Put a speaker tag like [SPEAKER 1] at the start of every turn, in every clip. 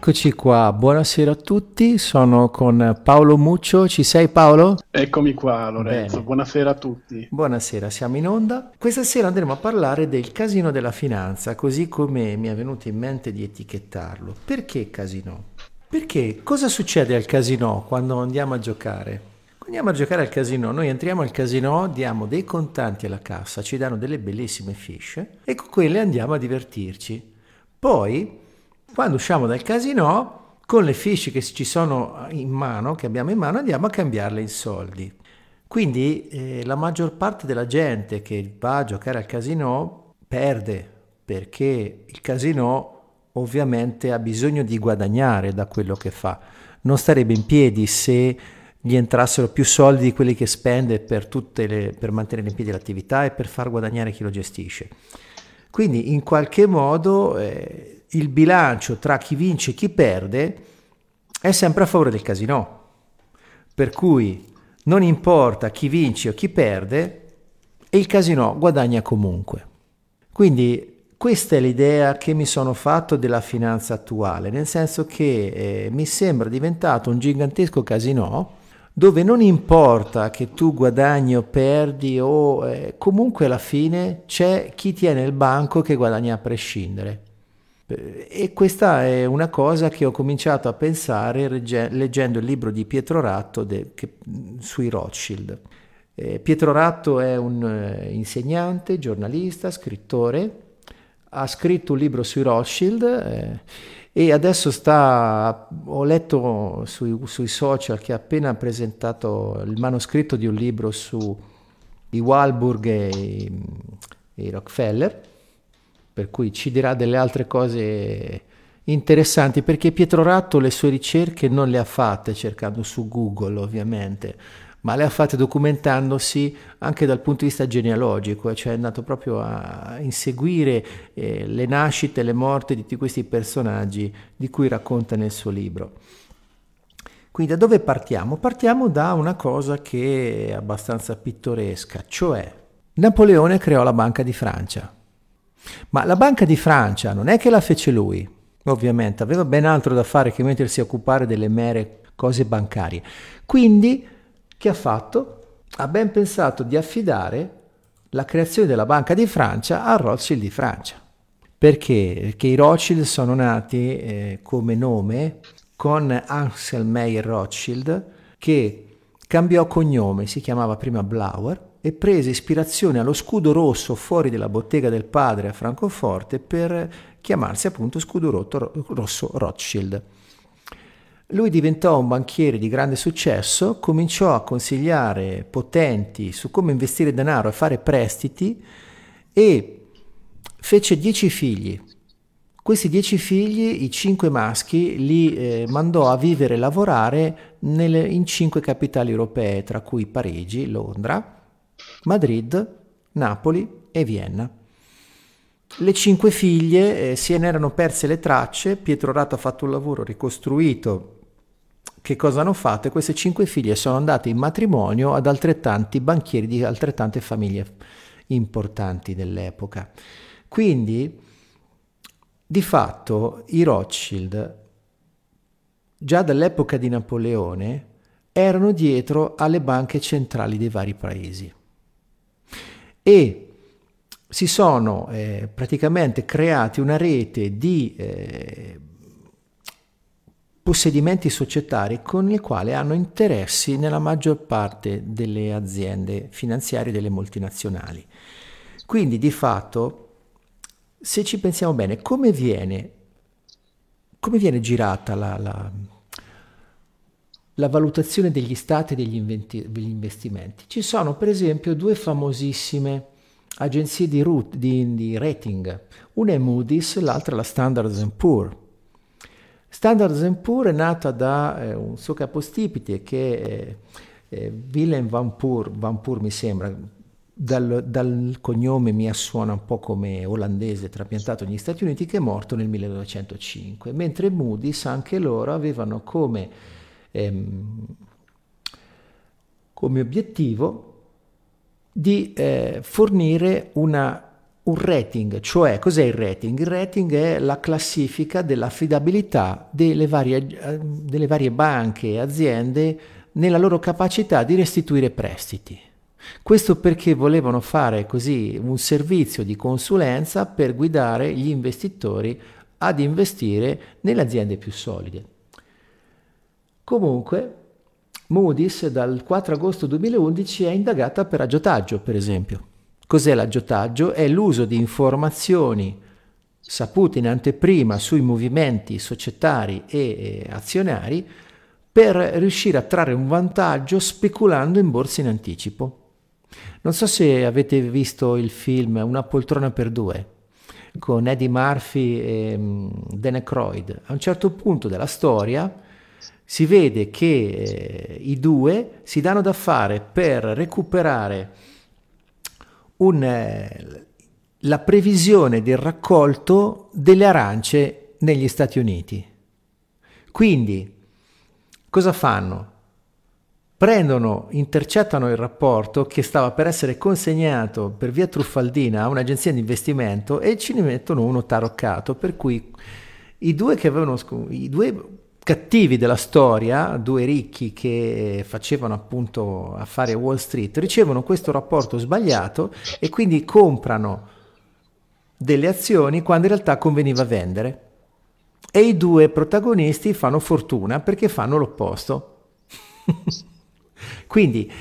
[SPEAKER 1] Eccoci qua, buonasera a tutti, sono con Paolo Muccio, ci sei Paolo?
[SPEAKER 2] Eccomi qua, Lorenzo.
[SPEAKER 1] Bene,
[SPEAKER 2] Buonasera a tutti.
[SPEAKER 1] buonasera, siamo in onda. Questa sera andremo a parlare del casino della finanza, così come mi è venuto in mente di etichettarlo. Perché casino? Perché cosa succede al casino quando andiamo a giocare? Quando andiamo a giocare al casino, noi entriamo al casino, diamo dei contanti alla cassa, ci danno delle bellissime fiche e con quelle andiamo a divertirci. Poi, quando usciamo dal casino, con le fiche che ci sono in mano, che abbiamo in mano, andiamo a cambiarle in soldi. Quindi la maggior parte della gente che va a giocare al casino perde, perché il casino ovviamente ha bisogno di guadagnare da quello che fa. Non starebbe in piedi se gli entrassero più soldi di quelli che spende per mantenere in piedi l'attività e per far guadagnare chi lo gestisce. Quindi in qualche modo il bilancio tra chi vince e chi perde è sempre a favore del casino. Per cui non importa chi vince o chi perde, e il casino guadagna comunque. Quindi questa è l'idea che mi sono fatto della finanza attuale, nel senso che mi sembra diventato un gigantesco casino dove non importa che tu guadagni o perdi o comunque alla fine c'è chi tiene il banco che guadagna a prescindere. E questa è una cosa che ho cominciato a pensare leggendo il libro di Pietro Ratto sui Rothschild. Pietro Ratto è un insegnante, giornalista, scrittore, ha scritto un libro sui Rothschild e adesso ho letto sui social che ha appena presentato il manoscritto di un libro su i Warburg e i Rockefeller, per cui ci dirà delle altre cose interessanti, perché Pietro Ratto le sue ricerche non le ha fatte cercando su Google ovviamente, ma le ha fatte documentandosi anche dal punto di vista genealogico, cioè è andato proprio a inseguire le nascite e le morti di tutti questi personaggi di cui racconta nel suo libro. Quindi da dove partiamo? Partiamo da una cosa che è abbastanza pittoresca, cioè Napoleone creò la Banca di Francia. Ma la Banca di Francia non è che la fece lui, ovviamente, aveva ben altro da fare che mettersi a occupare delle mere cose bancarie. Quindi, che ha fatto? Ha ben pensato di affidare la creazione della Banca di Francia a Rothschild di Francia. Perché? Perché i Rothschild sono nati come nome con Ansel Meyer Rothschild, che cambiò cognome, si chiamava prima Blauer, e prese ispirazione allo scudo rosso fuori della bottega del padre a Francoforte per chiamarsi appunto scudo rosso Rothschild. Lui diventò un banchiere di grande successo, cominciò a consigliare potenti su come investire denaro e fare prestiti e fece 10 figli. Questi 10 figli, i 5 maschi, li mandò a vivere e lavorare in 5 capitali europee, tra cui Parigi, Londra, Madrid, Napoli e Vienna. Le 5 figlie se ne erano perse le tracce, Pietro Ratto ha fatto un lavoro ricostruito. Che cosa hanno fatto? Queste 5 figlie sono andate in matrimonio ad altrettanti banchieri di altrettante famiglie importanti dell'epoca. Quindi, di fatto, i Rothschild, già dall'epoca di Napoleone, erano dietro alle banche centrali dei vari paesi e si sono praticamente creati una rete di possedimenti societari con i quali hanno interessi nella maggior parte delle aziende finanziarie delle multinazionali. Quindi di fatto, se ci pensiamo bene, come viene girata la valutazione degli stati e degli investimenti? Ci sono per esempio due famosissime agenzie di rating, una è Moody's, l'altra è la Standard & Poor's. Standard & Poor's è nata da un suo capostipite che è Willem Van Poor mi sembra, dal cognome mi suona un po' come olandese trapiantato negli Stati Uniti, che è morto nel 1905, mentre Moody's anche loro avevano come obiettivo di fornire un un rating, cioè cos'è il rating? Il rating è la classifica dell'affidabilità delle varie banche e aziende nella loro capacità di restituire prestiti. Questo perché volevano fare così un servizio di consulenza per guidare gli investitori ad investire nelle aziende più solide. Comunque, Moody's dal 4 agosto 2011 è indagata per aggiotaggio, per esempio. Cos'è l'aggiotaggio? È l'uso di informazioni sapute in anteprima sui movimenti societari e azionari per riuscire a trarre un vantaggio speculando in borsa in anticipo. Non so se avete visto il film Una poltrona per due con Eddie Murphy e Dan Aykroyd. A un certo punto della storia si vede che i due si danno da fare per recuperare la previsione del raccolto delle arance negli Stati Uniti. Quindi, cosa fanno? Intercettano il rapporto che stava per essere consegnato per via truffaldina a un'agenzia di investimento e ci ne mettono uno taroccato, per cui i due cattivi della storia, due ricchi che facevano appunto affari a Wall Street, ricevono questo rapporto sbagliato e quindi comprano delle azioni quando in realtà conveniva vendere. E i due protagonisti fanno fortuna perché fanno l'opposto. Quindi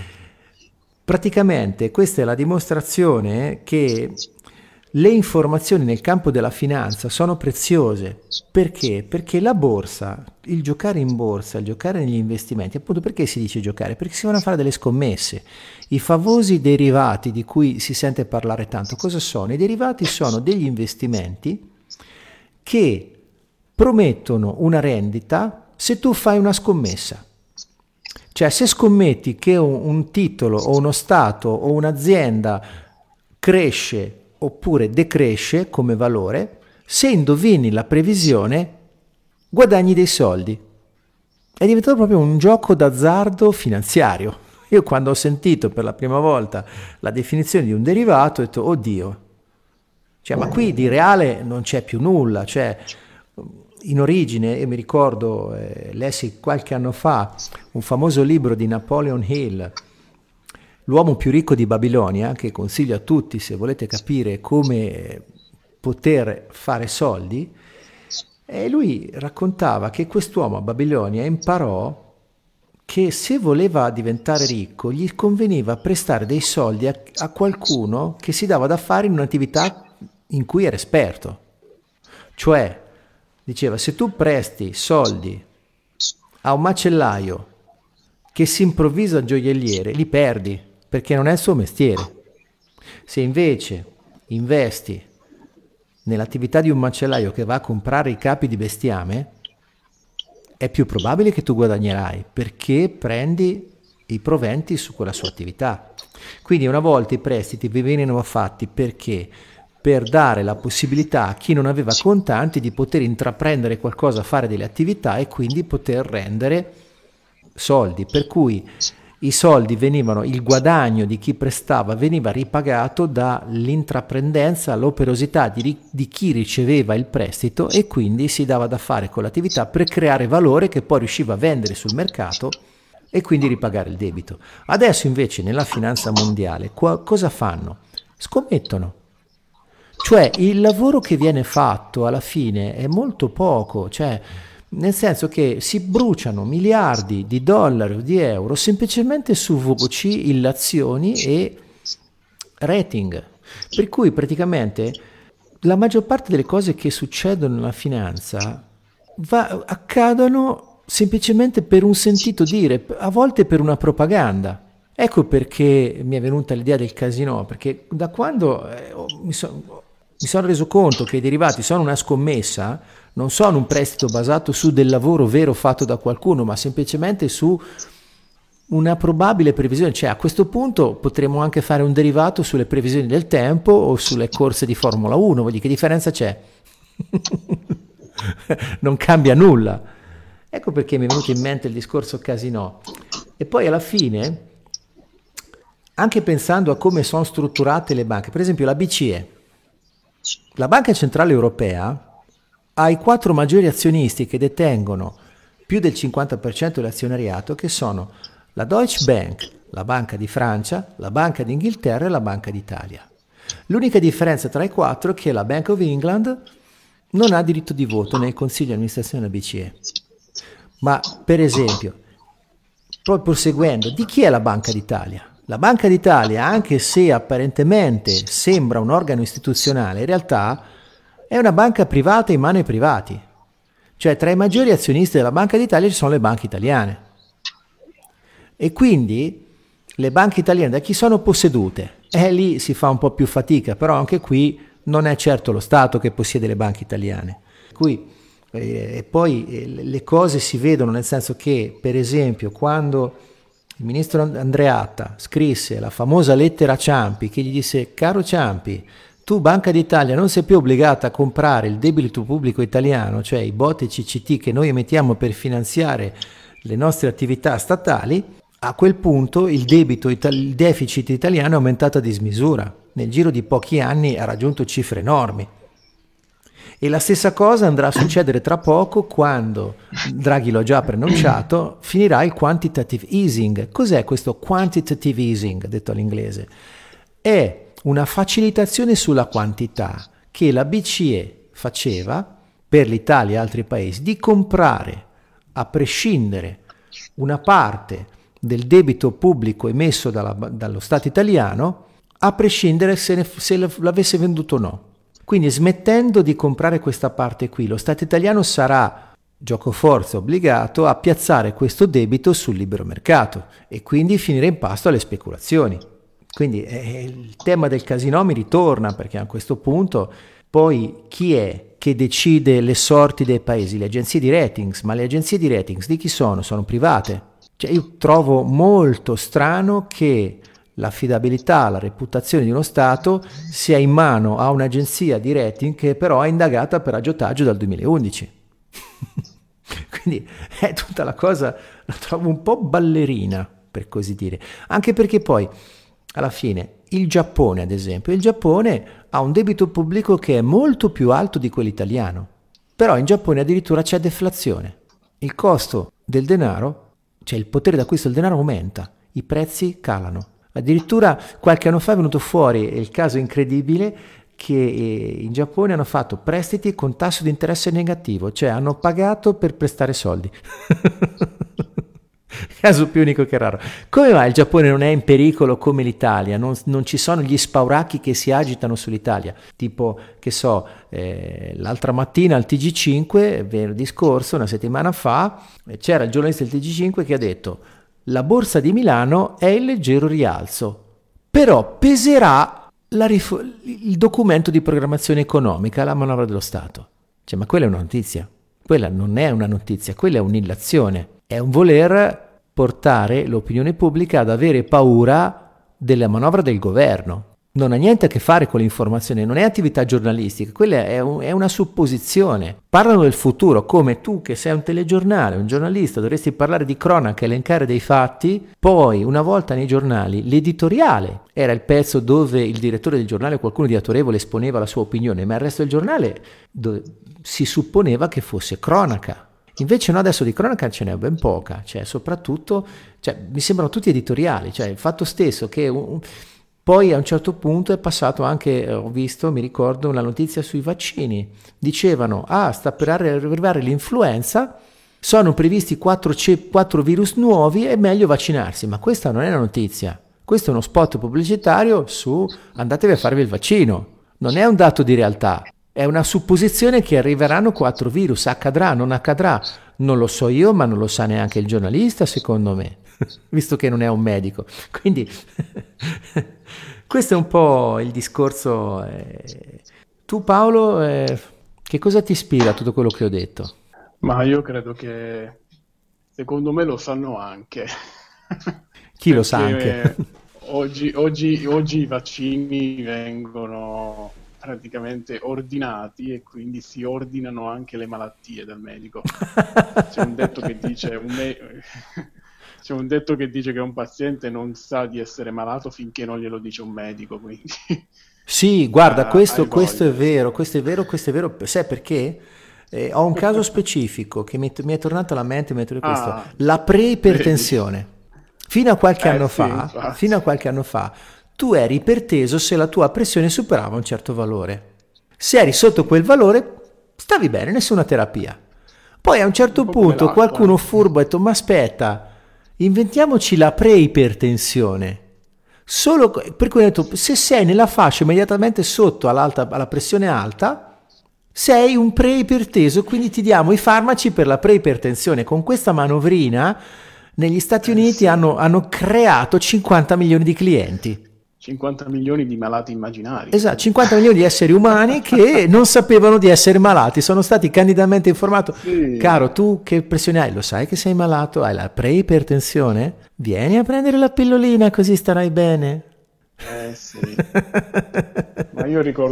[SPEAKER 1] praticamente questa è la dimostrazione che le informazioni nel campo della finanza sono preziose. Perché? Perché la borsa, il giocare in borsa, il giocare negli investimenti, appunto perché si dice giocare? Perché si vanno a fare delle scommesse. I famosi derivati di cui si sente parlare tanto, cosa sono? I derivati sono degli investimenti che promettono una rendita se tu fai una scommessa. Cioè se scommetti che un titolo o uno stato o un'azienda cresce oppure decresce come valore, se indovini la previsione guadagni dei soldi. È diventato proprio un gioco d'azzardo finanziario. Io quando ho sentito per la prima volta la definizione di un derivato ho detto oddio, cioè ma qui di reale non c'è più nulla, cioè in origine, io mi ricordo, lessi qualche anno fa un famoso libro di Napoleon Hill, L'uomo più ricco di Babilonia, che consiglio a tutti se volete capire come poter fare soldi, e lui raccontava che quest'uomo a Babilonia imparò che se voleva diventare ricco gli conveniva prestare dei soldi a qualcuno che si dava da fare in un'attività in cui era esperto. Cioè, diceva, se tu presti soldi a un macellaio che si improvvisa gioielliere, li perdi, perché non è il suo mestiere. Se invece investi nell'attività di un macellaio che va a comprare i capi di bestiame, è più probabile che tu guadagnerai, perché prendi i proventi su quella sua attività. Quindi una volta i prestiti vi venivano fatti perché? Per dare la possibilità a chi non aveva contanti di poter intraprendere qualcosa, fare delle attività e quindi poter rendere soldi, per cui i soldi venivano, il guadagno di chi prestava veniva ripagato dall'intraprendenza, l'operosità di chi riceveva il prestito e quindi si dava da fare con l'attività per creare valore che poi riusciva a vendere sul mercato e quindi ripagare il debito. Adesso invece nella finanza mondiale cosa fanno? Scommettono. Cioè il lavoro che viene fatto alla fine è molto poco, cioè nel senso che si bruciano miliardi di dollari o di euro semplicemente su voci, illazioni e rating. Per cui praticamente la maggior parte delle cose che succedono nella finanza accadono semplicemente per un sentito dire, a volte per una propaganda. Ecco perché mi è venuta l'idea del casino, perché da quando mi sono reso conto che i derivati sono una scommessa, non sono un prestito basato su del lavoro vero fatto da qualcuno, ma semplicemente su una probabile previsione. Cioè a questo punto potremmo anche fare un derivato sulle previsioni del tempo o sulle corse di Formula 1, voglio dire, che differenza c'è? Non cambia nulla. Ecco perché mi è venuto in mente il discorso casino. E poi alla fine, anche pensando a come sono strutturate le banche, per esempio la BCE, La Banca Centrale Europea ha i 4 maggiori azionisti che detengono più del 50% dell'azionariato, che sono la Deutsche Bank, la Banca di Francia, la Banca d'Inghilterra e la Banca d'Italia. L'unica differenza tra i 4 è che la Bank of England non ha diritto di voto nel Consiglio di amministrazione della BCE. Ma per esempio, poi proseguendo, di chi è la Banca d'Italia? La Banca d'Italia, anche se apparentemente sembra un organo istituzionale, in realtà è una banca privata in mano ai privati. Cioè, tra i maggiori azionisti della Banca d'Italia ci sono le banche italiane. E quindi le banche italiane da chi sono possedute? Lì si fa un po' più fatica, però anche qui non è certo lo Stato che possiede le banche italiane. E poi le cose si vedono, nel senso che, per esempio, quando il ministro Andreatta scrisse la famosa lettera a Ciampi, che gli disse: caro Ciampi, tu Banca d'Italia non sei più obbligata a comprare il debito pubblico italiano, cioè i BOT e CCT che noi emettiamo per finanziare le nostre attività statali. A quel punto il deficit italiano è aumentato a dismisura. Nel giro di pochi anni ha raggiunto cifre enormi. E la stessa cosa andrà a succedere tra poco, quando, Draghi l'ha già preannunciato, finirà il quantitative easing. Cos'è questo quantitative easing, detto all'inglese? È una facilitazione sulla quantità che la BCE faceva per l'Italia e altri paesi, di comprare, a prescindere, una parte del debito pubblico emesso dallo Stato italiano, a prescindere se l'avesse venduto o no. Quindi, smettendo di comprare questa parte qui, lo Stato italiano sarà, giocoforza, obbligato a piazzare questo debito sul libero mercato e quindi finire in pasto alle speculazioni. Quindi il tema del casino mi ritorna, perché a questo punto poi chi è che decide le sorti dei paesi? Le agenzie di ratings. Ma le agenzie di ratings di chi sono? Sono private. Cioè, io trovo molto strano che l'affidabilità, la reputazione di uno Stato sia in mano a un'agenzia di rating che però è indagata per aggiotaggio dal 2011. Quindi è tutta la cosa, la trovo un po' ballerina, per così dire. Anche perché poi, alla fine, il Giappone, ad esempio, il Giappone ha un debito pubblico che è molto più alto di quello italiano. Però in Giappone addirittura c'è deflazione. Il costo del denaro, cioè il potere d'acquisto del denaro, aumenta, i prezzi calano. Addirittura qualche anno fa è venuto fuori il caso incredibile che in Giappone hanno fatto prestiti con tasso di interesse negativo, cioè hanno pagato per prestare soldi. Caso più unico che raro. Come mai il Giappone non è in pericolo come l'Italia? Non ci sono gli spauracchi che si agitano sull'Italia? Tipo, che so, l'altra mattina al TG5, venerdì scorso, una settimana fa, c'era il giornalista del TG5 che ha detto: la borsa di Milano è in leggero rialzo, però peserà il documento di programmazione economica, la manovra dello Stato. Cioè, ma quella è una notizia? Quella non è una notizia, quella è un'illazione. È un voler portare l'opinione pubblica ad avere paura della manovra del governo. Non ha niente a che fare con l'informazione, non è attività giornalistica, quella è una supposizione. Parlano del futuro, come tu che sei un telegiornale, un giornalista, dovresti parlare di cronaca, elencare dei fatti. Poi, una volta nei giornali, l'editoriale era il pezzo dove il direttore del giornale o qualcuno di autorevole esponeva la sua opinione, ma il resto del giornale si supponeva che fosse cronaca. Invece no, adesso di cronaca ce n'è ben poca, cioè soprattutto, mi sembrano tutti editoriali, cioè il fatto stesso che poi a un certo punto è passato anche, ho visto, mi ricordo, una notizia sui vaccini, dicevano: sta per arrivare l'influenza, sono previsti 4 virus nuovi, è meglio vaccinarsi. Ma questa non è una notizia, questo è uno spot pubblicitario su andatevi a farvi il vaccino, non è un dato di realtà. È una supposizione che arriveranno 4 virus, accadrà, non accadrà, non lo so io, ma non lo sa neanche il giornalista, secondo me, visto che non è un medico. Quindi questo è un po' il discorso. Tu Paolo, che cosa ti ispira a tutto quello che ho detto?
[SPEAKER 2] Ma io credo che, secondo me, lo sanno anche.
[SPEAKER 1] Chi lo sa anche?
[SPEAKER 2] Oggi i vaccini vengono praticamente ordinati e quindi si ordinano anche le malattie dal medico. C'è un detto che dice che un paziente non sa di essere malato finché non glielo dice un medico, quindi
[SPEAKER 1] Sì, guarda,
[SPEAKER 2] Hai
[SPEAKER 1] questo è
[SPEAKER 2] voglia, sì.
[SPEAKER 1] vero, questo è vero, questo è vero. Sai perché? Ho un caso specifico che mi è tornato alla mente mentre questo,
[SPEAKER 2] Ah,
[SPEAKER 1] la
[SPEAKER 2] vedi?
[SPEAKER 1] preipertensione.
[SPEAKER 2] Sì,
[SPEAKER 1] Fino
[SPEAKER 2] infatti.
[SPEAKER 1] a qualche anno fa, tu eri iperteso se la tua pressione superava un certo valore. Se eri sotto quel valore, stavi bene, nessuna terapia. Poi a un
[SPEAKER 2] Un
[SPEAKER 1] certo
[SPEAKER 2] po' come
[SPEAKER 1] punto
[SPEAKER 2] l'acqua,
[SPEAKER 1] qualcuno
[SPEAKER 2] no?
[SPEAKER 1] furbo ha detto, ma aspetta, inventiamoci la preipertensione. Solo, per cui ho detto, se sei nella fascia immediatamente sotto alla pressione alta, sei un preiperteso, quindi ti diamo i farmaci per la preipertensione. Con questa manovrina negli Stati Uniti
[SPEAKER 2] Sì.
[SPEAKER 1] hanno creato 50 milioni di clienti.
[SPEAKER 2] 50 milioni di malati immaginari.
[SPEAKER 1] Esatto, 50 milioni di esseri umani che non sapevano di essere malati, sono stati candidamente informati.
[SPEAKER 2] Sì,
[SPEAKER 1] Caro, tu che pressione hai? Lo sai che sei malato? Hai la preipertensione? Vieni a prendere la pillolina così starai bene.
[SPEAKER 2] eh sì. Ma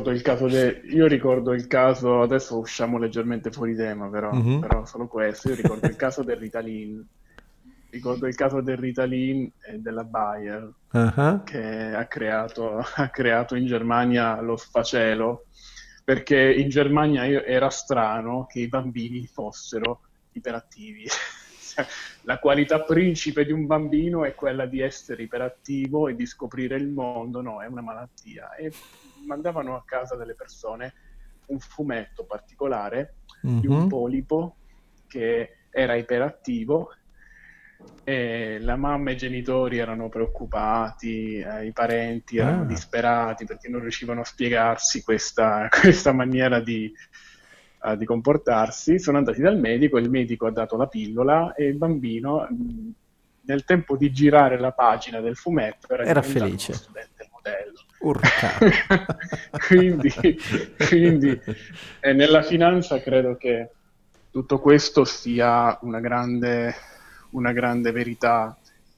[SPEAKER 2] io ricordo il caso, adesso usciamo leggermente fuori tema,
[SPEAKER 1] Mhm.
[SPEAKER 2] però solo questo, io ricordo il caso del Ritalin, ricordo il caso del Ritalin e della Bayer,
[SPEAKER 1] Ah,
[SPEAKER 2] che ha creato in Germania lo sfacelo, perché in Germania era strano che i bambini fossero iperattivi. Cioè, la qualità principe di un bambino è quella di essere iperattivo e di scoprire il mondo, no, è una malattia. E mandavano a casa delle persone un fumetto particolare di un
[SPEAKER 1] mhm.
[SPEAKER 2] polipo che era iperattivo e la mamma e i genitori erano preoccupati, i parenti erano
[SPEAKER 1] Ah,
[SPEAKER 2] disperati perché non riuscivano a spiegarsi questa maniera di comportarsi. Sono andati dal medico, il medico ha dato la pillola e il bambino, nel tempo di girare la pagina del fumetto, era
[SPEAKER 1] era
[SPEAKER 2] diventato uno
[SPEAKER 1] felice.
[SPEAKER 2] studente modello.
[SPEAKER 1] Urca.
[SPEAKER 2] quindi, quindi nella finanza credo che tutto questo sia una grande verità.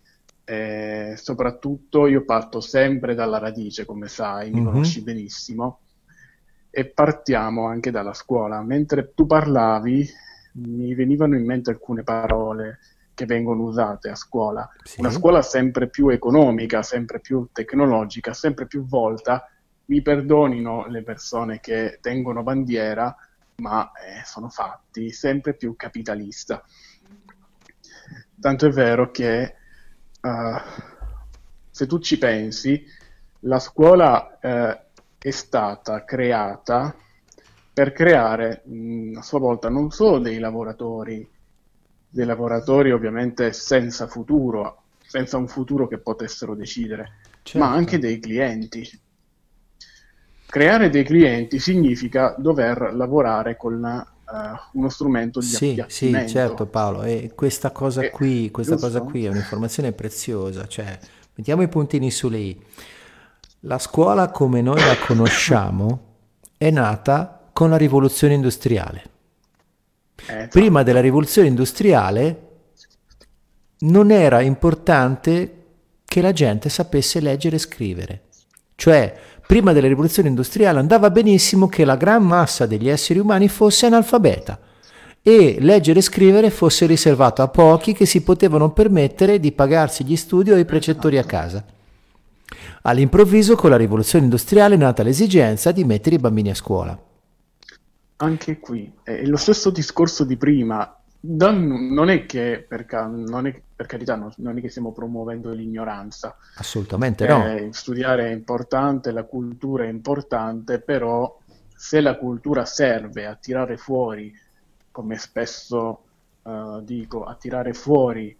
[SPEAKER 2] Soprattutto io parto sempre dalla radice, come sai, mi
[SPEAKER 1] Mhm.
[SPEAKER 2] conosci benissimo, e partiamo anche dalla scuola. Mentre tu parlavi, mi venivano in mente alcune parole che vengono usate a scuola. Una
[SPEAKER 1] Sì,
[SPEAKER 2] scuola sempre più economica, sempre più tecnologica, sempre più volta, mi perdonino le persone che tengono bandiera, ma sono fatti sempre più capitalista. Tanto è vero che se tu ci pensi, la scuola è stata creata per creare a sua volta non solo dei lavoratori ovviamente senza futuro, senza un futuro che potessero decidere, ma anche
[SPEAKER 1] certo.
[SPEAKER 2] dei clienti. Creare dei clienti significa dover lavorare con uno strumento di
[SPEAKER 1] Sì, sì, certo
[SPEAKER 2] appiattimento.
[SPEAKER 1] Paolo, e questa cosa
[SPEAKER 2] Giusto?
[SPEAKER 1] qui è un'informazione preziosa, cioè mettiamo i puntini sulle i. La scuola come noi la conosciamo è nata con la rivoluzione industriale. Prima della
[SPEAKER 2] Esatto.
[SPEAKER 1] rivoluzione industriale non era importante che la gente sapesse leggere e scrivere. Cioè, prima della rivoluzione industriale andava benissimo che la gran massa degli esseri umani fosse analfabeta e leggere e scrivere fosse riservato a pochi che si potevano permettere di pagarsi gli studi o i precettori a
[SPEAKER 2] Esatto.
[SPEAKER 1] casa. All'improvviso, con la rivoluzione industriale, è nata l'esigenza di mettere i bambini a scuola.
[SPEAKER 2] Anche qui è lo stesso discorso di prima. Non è che non è, per carità, non è che stiamo promuovendo l'ignoranza.
[SPEAKER 1] Assolutamente no.
[SPEAKER 2] Studiare è importante, la cultura è importante, però se la cultura serve a tirare fuori, come spesso dico, a tirare fuori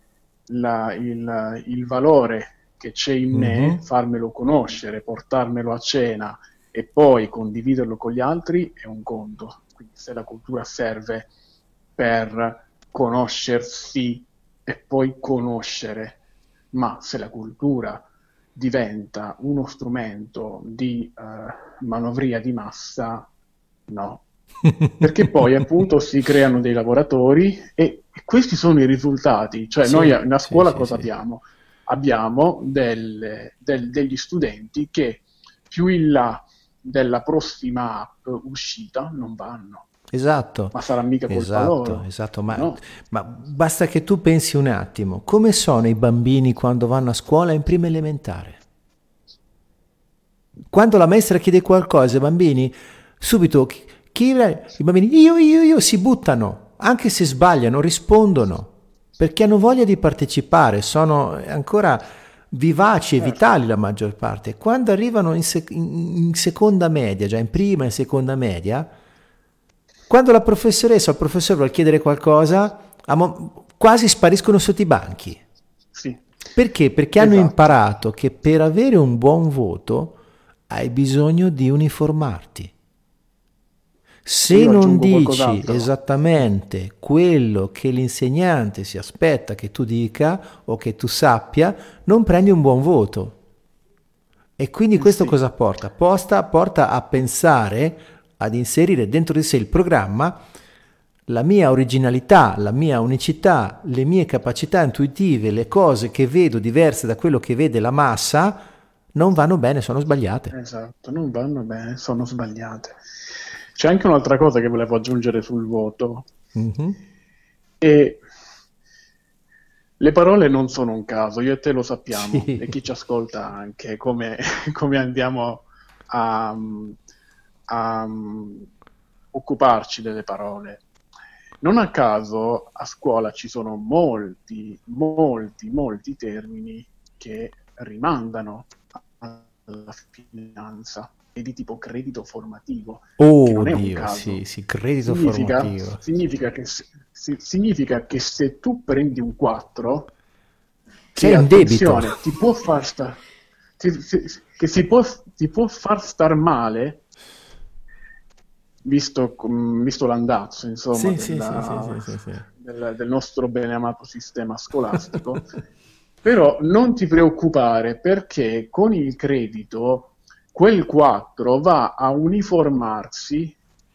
[SPEAKER 2] il valore che c'è in me,
[SPEAKER 1] Mhm.
[SPEAKER 2] farmelo conoscere, portarmelo a cena e poi condividerlo con gli altri è un conto. Quindi se la cultura serve per conoscersi e poi conoscere, ma se la cultura diventa uno strumento di manovria di massa, no. Perché poi appunto si creano dei lavoratori e questi sono i risultati. Cioè noi
[SPEAKER 1] Sì,
[SPEAKER 2] a
[SPEAKER 1] sì,
[SPEAKER 2] scuola
[SPEAKER 1] sì,
[SPEAKER 2] cosa
[SPEAKER 1] sì.
[SPEAKER 2] abbiamo? Abbiamo degli studenti che più in là della prossima app uscita non vanno.
[SPEAKER 1] Esatto,
[SPEAKER 2] Ma sarà mica colpa
[SPEAKER 1] esatto,
[SPEAKER 2] loro?
[SPEAKER 1] esatto,
[SPEAKER 2] No.
[SPEAKER 1] ma basta che tu pensi un attimo, come sono i bambini quando vanno a scuola in prima elementare? Quando la maestra chiede qualcosa ai bambini, subito i bambini io si buttano, anche se sbagliano, rispondono, perché hanno voglia di partecipare, sono ancora vivaci e
[SPEAKER 2] Certo.
[SPEAKER 1] vitali la maggior parte. Quando arrivano in seconda media, già in prima e seconda media, quando la professoressa o il professore vuole chiedere qualcosa, quasi spariscono sotto i banchi.
[SPEAKER 2] Sì,
[SPEAKER 1] Perché? Perché hanno
[SPEAKER 2] esatto.
[SPEAKER 1] imparato che per avere un buon voto hai bisogno di uniformarti.
[SPEAKER 2] E
[SPEAKER 1] Se
[SPEAKER 2] io
[SPEAKER 1] non
[SPEAKER 2] aggiungo
[SPEAKER 1] dici
[SPEAKER 2] qualcos'altro.
[SPEAKER 1] esattamente quello che l'insegnante si aspetta che tu dica o che tu sappia, non prendi un buon voto. E quindi questo
[SPEAKER 2] Sì,
[SPEAKER 1] cosa porta? Porta a pensare, ad inserire dentro di sé il programma la mia originalità, la mia unicità, le mie capacità intuitive, le cose che vedo diverse da quello che vede la massa, non vanno bene, sono sbagliate.
[SPEAKER 2] esatto, non vanno bene, sono sbagliate. C'è anche un'altra cosa che volevo aggiungere sul voto.
[SPEAKER 1] Mhm.
[SPEAKER 2] E le parole non sono un caso, io e te lo sappiamo, e
[SPEAKER 1] Sì,
[SPEAKER 2] chi ci ascolta anche, come, come andiamo a, a occuparci delle parole. Non a caso a scuola ci sono molti termini che rimandano alla finanza e di tipo credito formativo, che
[SPEAKER 1] oh
[SPEAKER 2] non è un
[SPEAKER 1] Dio, sì,
[SPEAKER 2] caso.
[SPEAKER 1] sì, credito
[SPEAKER 2] Significa,
[SPEAKER 1] formativo.
[SPEAKER 2] significa che se tu prendi un 4,
[SPEAKER 1] Sei
[SPEAKER 2] che
[SPEAKER 1] un debito.
[SPEAKER 2] attenzione, ti può far che ti può far star male, visto l'andazzo, insomma,
[SPEAKER 1] Sì, sì, sì, sì, sì, sì, sì.
[SPEAKER 2] del nostro beneamato sistema scolastico. Però non ti preoccupare perché con il credito quel 4 va a uniformarsi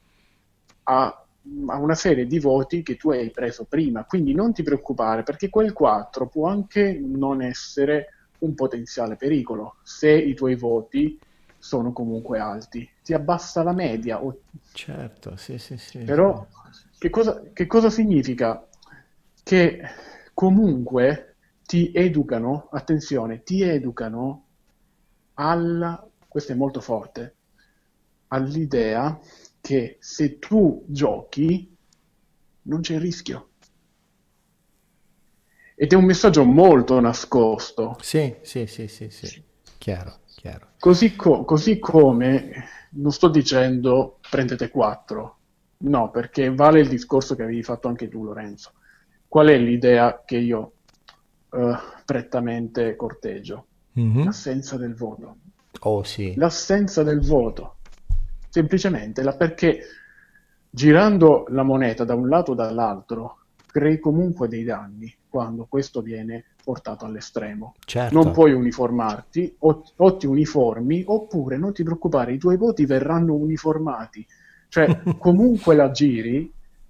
[SPEAKER 2] a una serie di voti che tu hai preso prima. Quindi non ti preoccupare perché quel 4 può anche non essere un potenziale pericolo se i tuoi voti sono comunque alti. Ti abbassa la media,
[SPEAKER 1] Certo, sì, sì, sì, sì.
[SPEAKER 2] però che cosa significa? Che comunque ti educano, attenzione, ti educano questo è molto forte, all'idea che se tu giochi non c'è rischio. Ed è un messaggio molto nascosto.
[SPEAKER 1] Sì, sì, sì, sì, sì. Chiaro, chiaro.
[SPEAKER 2] Così come non sto dicendo prendete 4, no, perché vale il discorso che avevi fatto anche tu, Lorenzo. Qual è l'idea che io prettamente corteggio?
[SPEAKER 1] Mhm.
[SPEAKER 2] L'assenza del voto.
[SPEAKER 1] Oh sì,
[SPEAKER 2] L'assenza del voto, semplicemente perché girando la moneta da un lato o dall'altro crei comunque dei danni quando questo viene portato all'estremo. Non
[SPEAKER 1] certo.
[SPEAKER 2] puoi uniformarti, o ti uniformi, oppure non ti preoccupare, i tuoi voti verranno uniformati. Cioè, comunque la giri,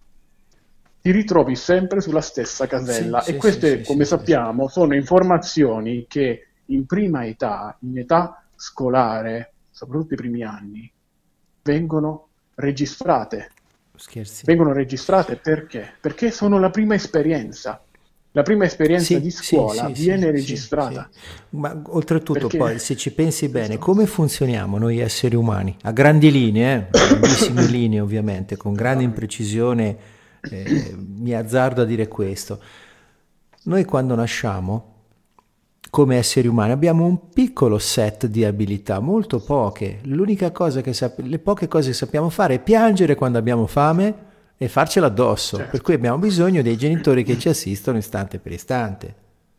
[SPEAKER 2] ti ritrovi sempre sulla stessa
[SPEAKER 1] Sì,
[SPEAKER 2] casella. E
[SPEAKER 1] sì, sì, sì,
[SPEAKER 2] queste,
[SPEAKER 1] sì,
[SPEAKER 2] come
[SPEAKER 1] sì, sì.
[SPEAKER 2] sappiamo, sono informazioni che in prima età, in età scolare, soprattutto i primi anni, vengono registrate.
[SPEAKER 1] Scherzi.
[SPEAKER 2] Vengono registrate perché? Perché sono la prima esperienza. La prima esperienza di
[SPEAKER 1] Sì, sì,
[SPEAKER 2] scuola
[SPEAKER 1] sì, sì,
[SPEAKER 2] viene
[SPEAKER 1] sì, sì.
[SPEAKER 2] registrata.
[SPEAKER 1] Ma oltretutto
[SPEAKER 2] Perché
[SPEAKER 1] poi, se ci pensi bene,
[SPEAKER 2] questo?
[SPEAKER 1] come funzioniamo noi esseri umani? A grandi linee, a grandissime linee ovviamente, con grande
[SPEAKER 2] Scusami.
[SPEAKER 1] imprecisione, mi azzardo a dire questo. Noi quando nasciamo, come esseri umani, abbiamo un piccolo set di abilità, molto poche. L'unica cosa le poche cose che sappiamo fare è piangere quando abbiamo fame e farcela addosso, per
[SPEAKER 2] Certo.
[SPEAKER 1] cui abbiamo bisogno dei genitori che ci assistono istante per istante.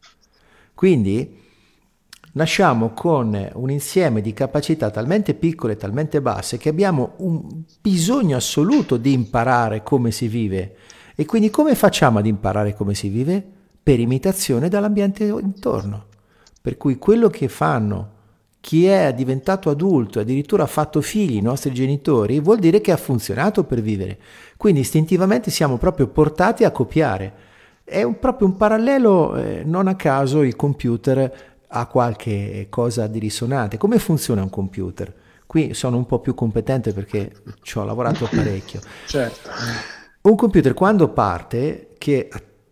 [SPEAKER 1] Quindi nasciamo con un insieme di capacità talmente piccole e talmente basse che abbiamo un bisogno assoluto di imparare come si vive. E quindi come facciamo ad imparare come si vive? Per imitazione dall'ambiente intorno. Per cui quello che fanno chi è diventato adulto, addirittura ha fatto figli, i nostri genitori, vuol dire che ha funzionato per vivere. Quindi istintivamente siamo proprio portati a copiare. Proprio un parallelo, non a caso il computer ha qualche cosa di risonante. Come funziona un computer? Qui sono un po' più competente perché ci ho lavorato parecchio.
[SPEAKER 2] Certo.
[SPEAKER 1] Un computer quando parte, che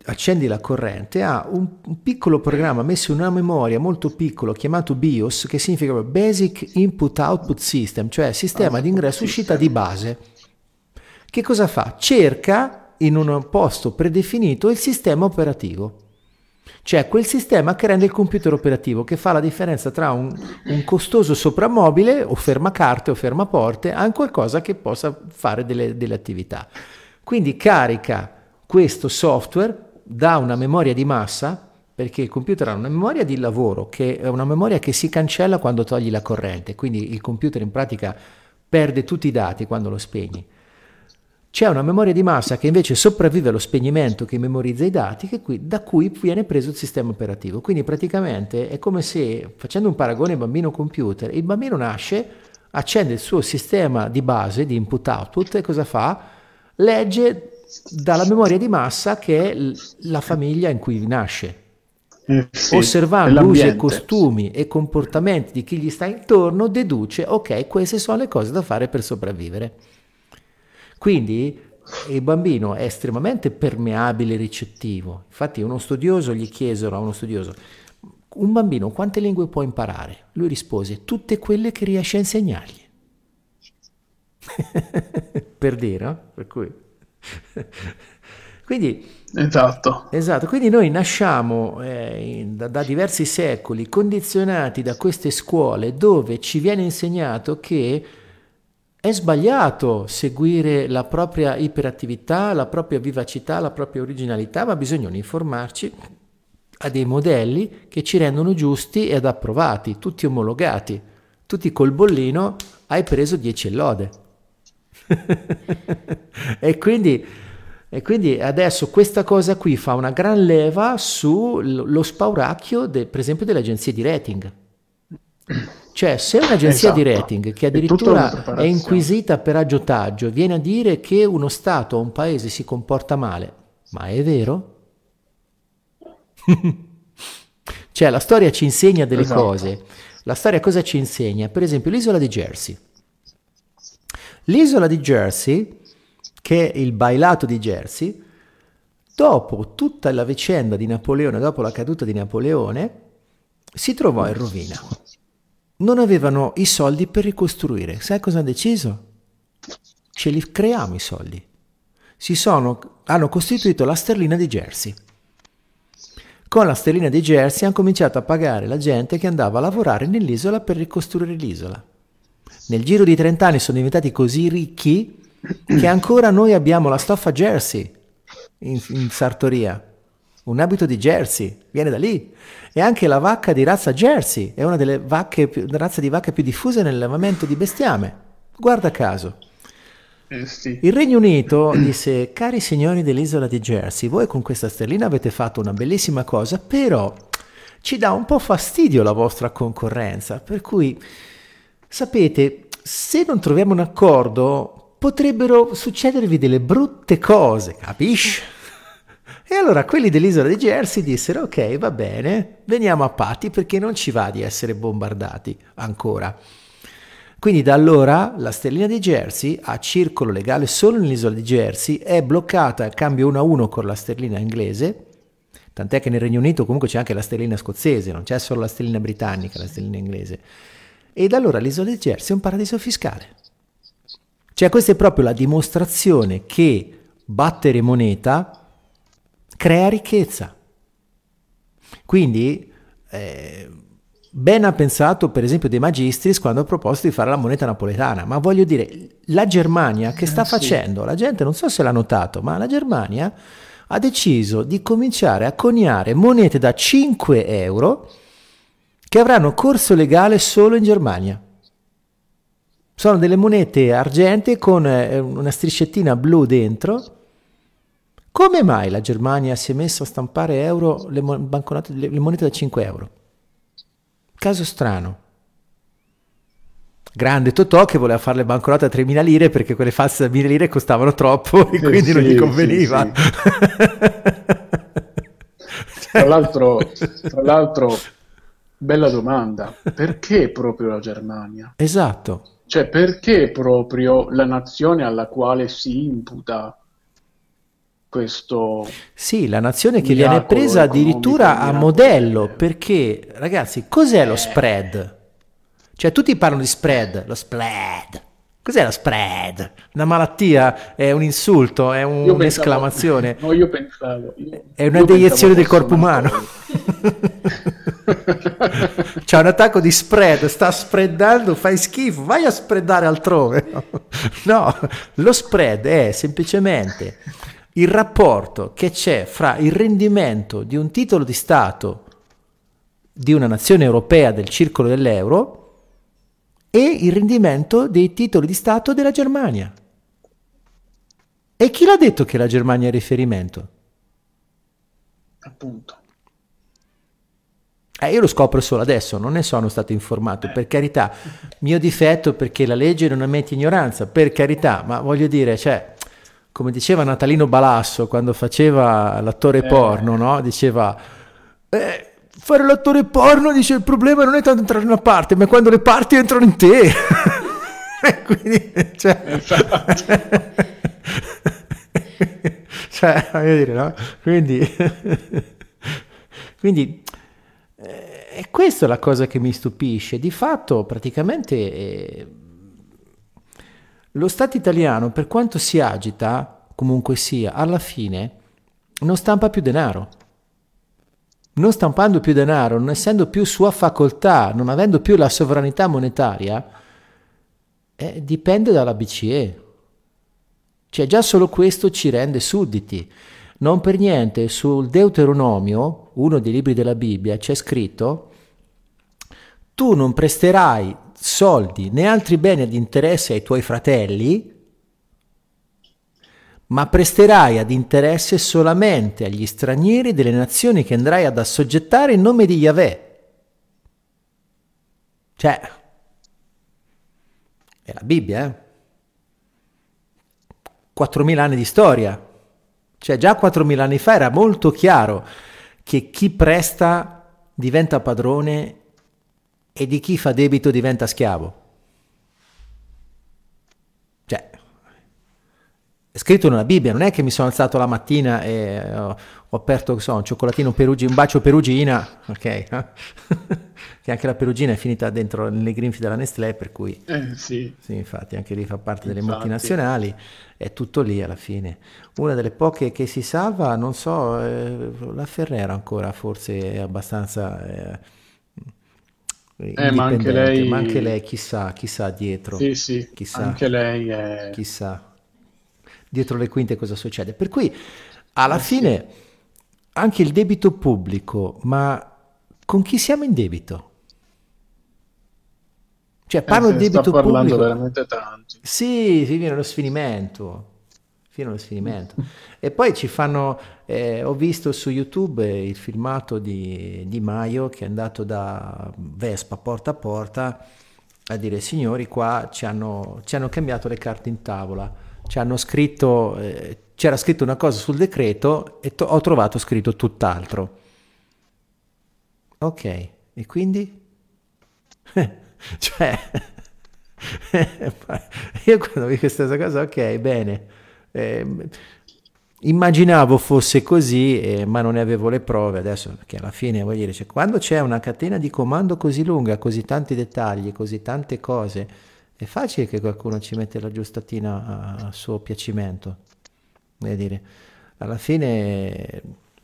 [SPEAKER 1] accendi la corrente, ha un piccolo programma messo in una memoria molto piccolo chiamato BIOS, che significa Basic Input Output System, cioè sistema di ingresso e uscita di base. Che cosa fa? Cerca in un posto predefinito il sistema operativo, cioè quel sistema che rende il computer operativo, che fa la differenza tra un costoso soprammobile o fermacarte o fermaporte a qualcosa che possa fare delle attività. Quindi carica questo software da una memoria di massa, perché il computer ha una memoria di lavoro, che è una memoria che si cancella quando togli la corrente, quindi il computer in pratica perde tutti i dati quando lo spegni. C'è una memoria di massa che invece sopravvive allo spegnimento, che memorizza i dati, da cui viene preso il sistema operativo. Quindi praticamente è come se, facendo un paragone bambino-computer, il bambino nasce, accende il suo sistema di base, di input-output, e cosa fa? Legge dalla memoria di massa che è la famiglia in cui nasce.
[SPEAKER 2] Sì,
[SPEAKER 1] Osservando usi e costumi e comportamenti di chi gli sta intorno, deduce, ok, queste sono le cose da fare per sopravvivere. Quindi il bambino è estremamente permeabile e ricettivo. Infatti a uno studioso gli chiesero, un bambino quante lingue può imparare? Lui rispose, tutte quelle che riesce a insegnargli. Per dire, no? Per cui... Quindi,
[SPEAKER 2] esatto.
[SPEAKER 1] quindi noi nasciamo da diversi secoli condizionati da queste scuole dove ci viene insegnato che è sbagliato seguire la propria iperattività, la propria vivacità, la propria originalità, ma bisogna uniformarci a dei modelli che ci rendono giusti ed approvati, tutti omologati, tutti col bollino, hai preso 10 lode. e quindi adesso questa cosa qui fa una gran leva sullo spauracchio, per esempio, delle agenzie di rating. Cioè, se un'agenzia di rating che addirittura è inquisita per aggiotaggio viene a dire che uno Stato o un paese si comporta male, ma è vero? Cioè, la storia ci insegna delle cose. La storia cosa ci insegna? Per esempio, l'isola di Jersey. L'isola di Jersey, che è il bailato di Jersey, dopo tutta la vicenda di Napoleone, dopo la caduta di Napoleone, si trovò in rovina. Non avevano i soldi per ricostruire. Sai cosa hanno deciso? Ce li creiamo i soldi. Hanno costituito la sterlina di Jersey. Con la sterlina di Jersey hanno cominciato a pagare la gente che andava a lavorare nell'isola per ricostruire l'isola. Nel giro di 30 anni sono diventati così ricchi che ancora noi abbiamo la stoffa Jersey in sartoria. Un abito di Jersey viene da lì. E anche la vacca di razza Jersey è una delle razze di vacca più diffuse nell'allevamento di bestiame. Guarda caso.
[SPEAKER 2] Sì.
[SPEAKER 1] Il Regno Unito disse, cari signori dell'isola di Jersey, voi con questa sterlina avete fatto una bellissima cosa, però ci dà un po' fastidio la vostra concorrenza, per cui, sapete, se non troviamo un accordo, potrebbero succedervi delle brutte cose, capisci? E allora quelli dell'isola di Jersey dissero, ok, va bene, veniamo a patti perché non ci va di essere bombardati ancora. Quindi da allora la sterlina di Jersey ha circolo legale solo nell'isola di Jersey, è bloccata a cambio 1-1 con la sterlina inglese, tant'è che nel Regno Unito comunque c'è anche la sterlina scozzese, non c'è solo la sterlina britannica, la sterlina inglese. E da allora l'isola di Jersey è un paradiso fiscale. Cioè questa è proprio la dimostrazione che battere moneta crea ricchezza. Quindi ben ha pensato per esempio De Magistris quando ha proposto di fare la moneta napoletana, ma voglio dire, la Germania che sta facendo? La gente non so se l'ha notato, ma la Germania ha deciso di cominciare a coniare monete da 5 euro che avranno corso legale solo in Germania. Sono delle monete argentee con una striscettina blu dentro. Come mai la Germania si è messa a stampare euro, le monete da 5 euro? Caso strano. Grande Totò che voleva fare le banconote a 3.000 lire perché quelle false da 1.000 lire costavano troppo e quindi non gli conveniva.
[SPEAKER 2] Sì. Tra l'altro, bella domanda, perché proprio la Germania?
[SPEAKER 1] Esatto.
[SPEAKER 2] Cioè, perché proprio la nazione alla quale si imputa questo
[SPEAKER 1] Sì, la nazione che viene
[SPEAKER 2] miracolo
[SPEAKER 1] presa
[SPEAKER 2] economico,
[SPEAKER 1] addirittura
[SPEAKER 2] il
[SPEAKER 1] a
[SPEAKER 2] miracolo
[SPEAKER 1] modello, perché ragazzi, cos'è lo spread? Cioè tutti parlano di spread, lo spread. Cos'è lo spread? Una malattia? È un insulto? È
[SPEAKER 2] io pensavo,
[SPEAKER 1] un'esclamazione?
[SPEAKER 2] no,
[SPEAKER 1] È una
[SPEAKER 2] io pensavo
[SPEAKER 1] deiezione del
[SPEAKER 2] fosse
[SPEAKER 1] corpo
[SPEAKER 2] una
[SPEAKER 1] umano?
[SPEAKER 2] cosa.
[SPEAKER 1] C'è un attacco di spread, sta spreadando, fai schifo, vai a spreadare altrove. No, lo spread è semplicemente il rapporto che c'è fra il rendimento di un titolo di Stato di una nazione europea del circolo dell'euro e il rendimento dei titoli di Stato della Germania. E chi l'ha detto che la Germania è il riferimento?
[SPEAKER 2] Appunto.
[SPEAKER 1] Io lo scopro solo adesso, non ne sono stato informato, per carità, mio difetto perché la legge non ammette ignoranza, per carità, ma voglio dire, cioè, come diceva Natalino Balasso quando faceva l'attore porno, no? Diceva, fare l'attore porno, dice, il problema non è tanto entrare in una parte, ma è quando le parti entrano in te. Quindi, cioè, cioè, voglio dire, no? Quindi è questa la cosa che mi stupisce. Di fatto, praticamente, lo Stato italiano, per quanto si agita, comunque sia, alla fine non stampa più denaro. Non stampando più denaro, non essendo più sua facoltà, non avendo più la sovranità monetaria, dipende dalla BCE. Cioè già solo questo ci rende sudditi. Non per niente sul Deuteronomio, uno dei libri della Bibbia, c'è scritto: tu non presterai soldi né altri beni ad interesse ai tuoi fratelli, ma presterai ad interesse solamente agli stranieri delle nazioni che andrai ad assoggettare in nome di Yahweh. Cioè, è la Bibbia, 4.000 anni di storia. Cioè già 4.000 anni fa era molto chiaro che chi presta diventa padrone e di chi fa debito diventa schiavo. Cioè, è scritto nella Bibbia, non è che mi sono alzato la mattina e ho aperto, so, un cioccolatino Perugina, un bacio Perugina, ok? Che anche la Perugina è finita dentro nelle grinfie della Nestlé, per cui
[SPEAKER 2] Sì,
[SPEAKER 1] infatti anche lì fa parte delle
[SPEAKER 2] infatti.
[SPEAKER 1] multinazionali, è tutto lì alla fine. Una delle poche che si salva, non so, la Ferrera ancora forse è abbastanza
[SPEAKER 2] Ma
[SPEAKER 1] indipendente, ma anche lei chissà dietro,
[SPEAKER 2] sì,
[SPEAKER 1] chissà,
[SPEAKER 2] anche lei è...
[SPEAKER 1] chissà dietro le quinte cosa succede. Per cui alla
[SPEAKER 2] Sì.
[SPEAKER 1] fine anche il debito pubblico, ma con chi siamo in debito? Cioè parlo
[SPEAKER 2] Se
[SPEAKER 1] di
[SPEAKER 2] ne sta
[SPEAKER 1] debito
[SPEAKER 2] parlando
[SPEAKER 1] pubblico.
[SPEAKER 2] veramente tanto.
[SPEAKER 1] Sì, viene lo sfinimento. Fino allo sfinimento. E poi ci fanno, ho visto su YouTube il filmato di Maio che è andato da Vespa porta a porta a dire: signori, qua ci hanno cambiato le carte in tavola, ci hanno scritto, c'era scritto una cosa sul decreto e ho trovato scritto tutt'altro. Ok, e quindi? Cioè, io quando vi questa cosa, ok, bene, immaginavo fosse così, ma non ne avevo le prove adesso, perché alla fine, voglio dire, cioè, quando c'è una catena di comando così lunga, così tanti dettagli, così tante cose, è facile che qualcuno ci mette la giustatina a suo piacimento. Voglio dire, alla fine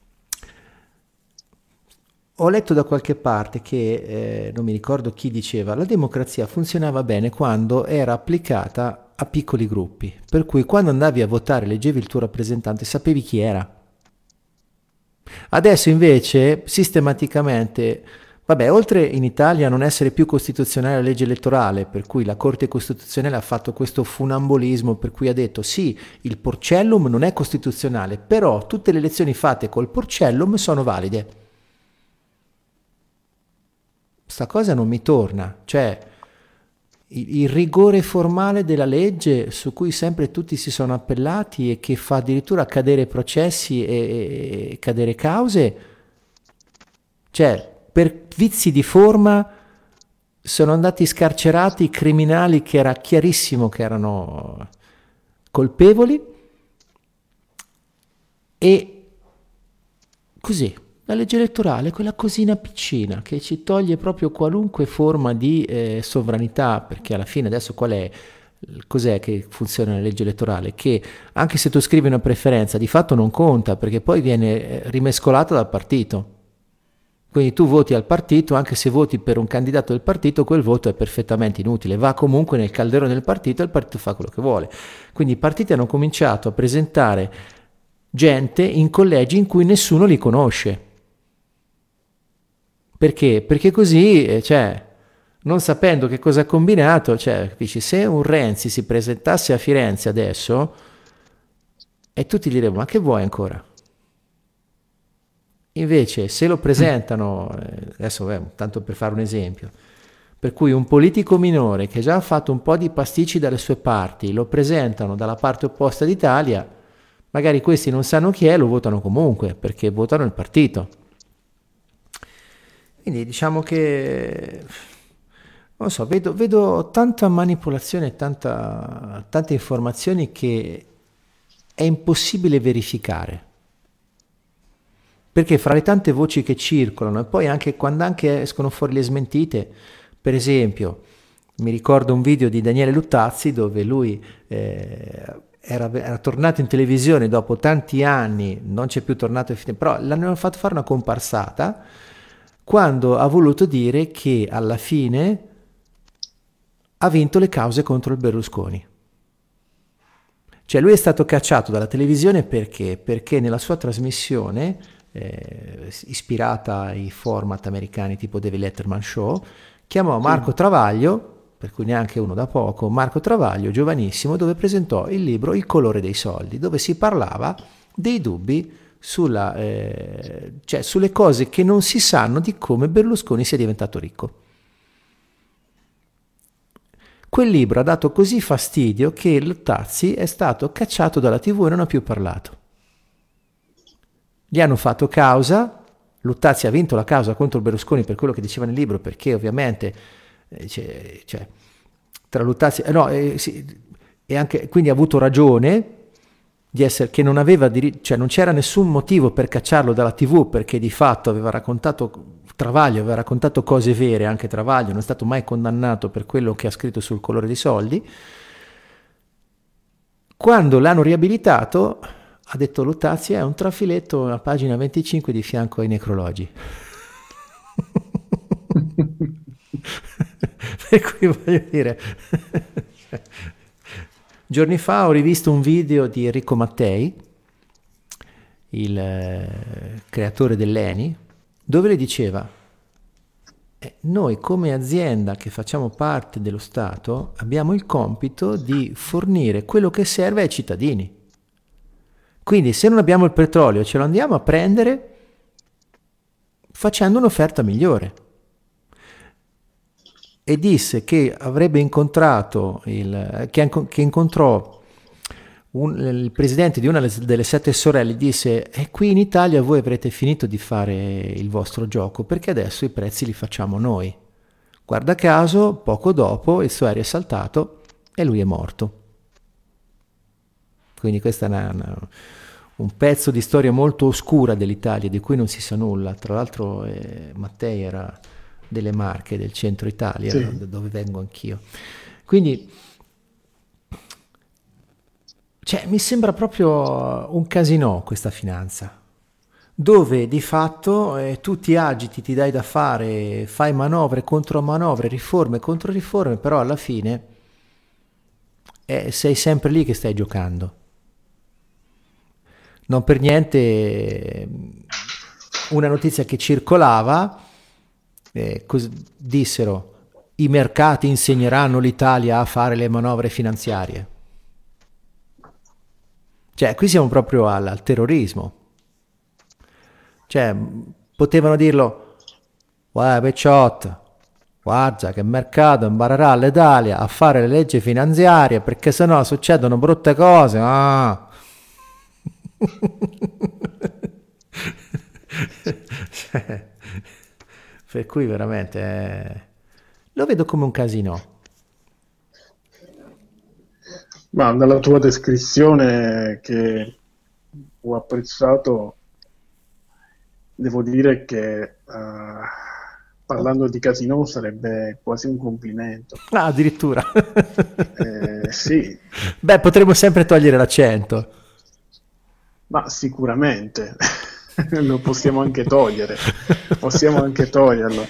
[SPEAKER 1] ho letto da qualche parte che, non mi ricordo chi diceva, la democrazia funzionava bene quando era applicata a piccoli gruppi, per cui quando andavi a votare, leggevi il tuo rappresentante, sapevi chi era. Adesso invece, sistematicamente, vabbè, oltre in Italia a non essere più costituzionale la legge elettorale, per cui la Corte Costituzionale ha fatto questo funambolismo, per cui ha detto sì, il porcellum non è costituzionale, però tutte le elezioni fatte col porcellum sono valide. Sta cosa non mi torna, cioè il rigore formale della legge su cui sempre tutti si sono appellati e che fa addirittura cadere processi e cadere cause, cioè per vizi di forma sono andati scarcerati criminali che era chiarissimo che erano colpevoli E così, la legge elettorale, quella cosina piccina che ci toglie proprio qualunque forma di sovranità, perché alla fine adesso qual è? Cos'è che funziona nella legge elettorale? Che anche se tu scrivi una preferenza, di fatto non conta, perché poi viene rimescolata dal partito. Quindi tu voti al partito, anche se voti per un candidato del partito, quel voto è perfettamente inutile, va comunque nel calderone del partito e il partito fa quello che vuole. Quindi i partiti hanno cominciato a presentare gente in collegi in cui nessuno li conosce. Perché? Perché così, cioè, non sapendo che cosa ha combinato, cioè, capisci, se un Renzi si presentasse a Firenze adesso e tutti gli diremmo, ma che vuoi ancora? Invece, se lo presentano, adesso tanto per fare un esempio, per cui un politico minore che già ha fatto un po' di pasticci dalle sue parti, lo presentano dalla parte opposta d'Italia, magari questi non sanno chi è, lo votano comunque, perché votano il partito. Quindi diciamo che, non so, vedo tanta manipolazione e tante informazioni che è impossibile verificare. Perché fra le tante voci che circolano e poi anche quando anche escono fuori le smentite, per esempio, mi ricordo un video di Daniele Luttazzi dove lui era tornato in televisione dopo tanti anni, non c'è più tornato, però l'hanno fatto fare una comparsata quando ha voluto dire che alla fine ha vinto le cause contro il Berlusconi. Cioè lui è stato cacciato dalla televisione perché? Perché nella sua trasmissione, ispirata ai format americani tipo David Letterman Show, chiamò Marco Travaglio, per cui neanche uno da poco, Marco Travaglio, giovanissimo, dove presentò il libro Il colore dei soldi, dove si parlava dei dubbi cioè sulle cose che non si sanno di come Berlusconi sia diventato ricco. Quel libro ha dato così fastidio che Luttazzi è stato cacciato dalla TV e non ha più parlato. Gli hanno fatto causa, Luttazzi ha vinto la causa contro Berlusconi per quello che diceva nel libro, perché ovviamente cioè, tra Luttazzi sì, e anche, quindi ha avuto ragione di essere che non aveva cioè non c'era nessun motivo per cacciarlo dalla TV, perché di fatto aveva raccontato Travaglio, aveva raccontato cose vere, anche Travaglio non è stato mai condannato per quello che ha scritto sul colore dei soldi. Quando l'hanno riabilitato ha detto Luttazzi è un trafiletto a pagina 25 di fianco ai necrologi. Per cui voglio dire, giorni fa ho rivisto un video di Enrico Mattei, il creatore dell'ENI, dove le diceva noi come azienda che facciamo parte dello Stato abbiamo il compito di fornire quello che serve ai cittadini. Quindi se non abbiamo il petrolio ce lo andiamo a prendere facendo un'offerta migliore. E disse che avrebbe incontrato che incontrò il presidente di una delle 7 sorelle, disse qui in Italia voi avrete finito di fare il vostro gioco perché adesso i prezzi li facciamo noi. Guarda caso, poco dopo il suo aereo è saltato e lui è morto. Quindi questa è un pezzo di storia molto oscura dell'Italia di cui non si sa nulla. Tra l'altro Mattei era delle Marche, del centro Italia, sì, dove vengo anch'io. Quindi cioè, mi sembra proprio un casinò questa finanza, dove di fatto tu ti agiti, ti dai da fare, fai manovre contro manovre, riforme contro riforme, però alla fine sei sempre lì che stai giocando. Non per niente una notizia che circolava, dissero i mercati insegneranno l'Italia a fare le manovre finanziarie. Cioè qui siamo proprio al terrorismo. Cioè potevano dirlo, guarda Pecciotto, guarda che il mercato imparerà l'Italia a fare le leggi finanziarie perché sennò succedono brutte cose. Ah. Per cui veramente lo vedo come un casino.
[SPEAKER 2] Ma dalla tua descrizione che ho apprezzato, devo dire che parlando di Casino sarebbe quasi un complimento.
[SPEAKER 1] Ah, addirittura.
[SPEAKER 2] Sì,
[SPEAKER 1] Beh, potremmo sempre togliere l'accento.
[SPEAKER 2] ma sicuramente lo possiamo anche toglierlo.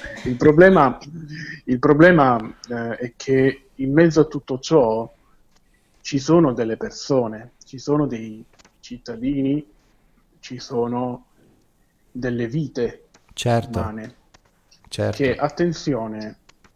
[SPEAKER 2] Il problema è che in mezzo a tutto ciò ci sono delle persone, ci sono dei cittadini, ci sono delle vite
[SPEAKER 1] Certo,
[SPEAKER 2] umane che,
[SPEAKER 1] certo.
[SPEAKER 2] attenzione,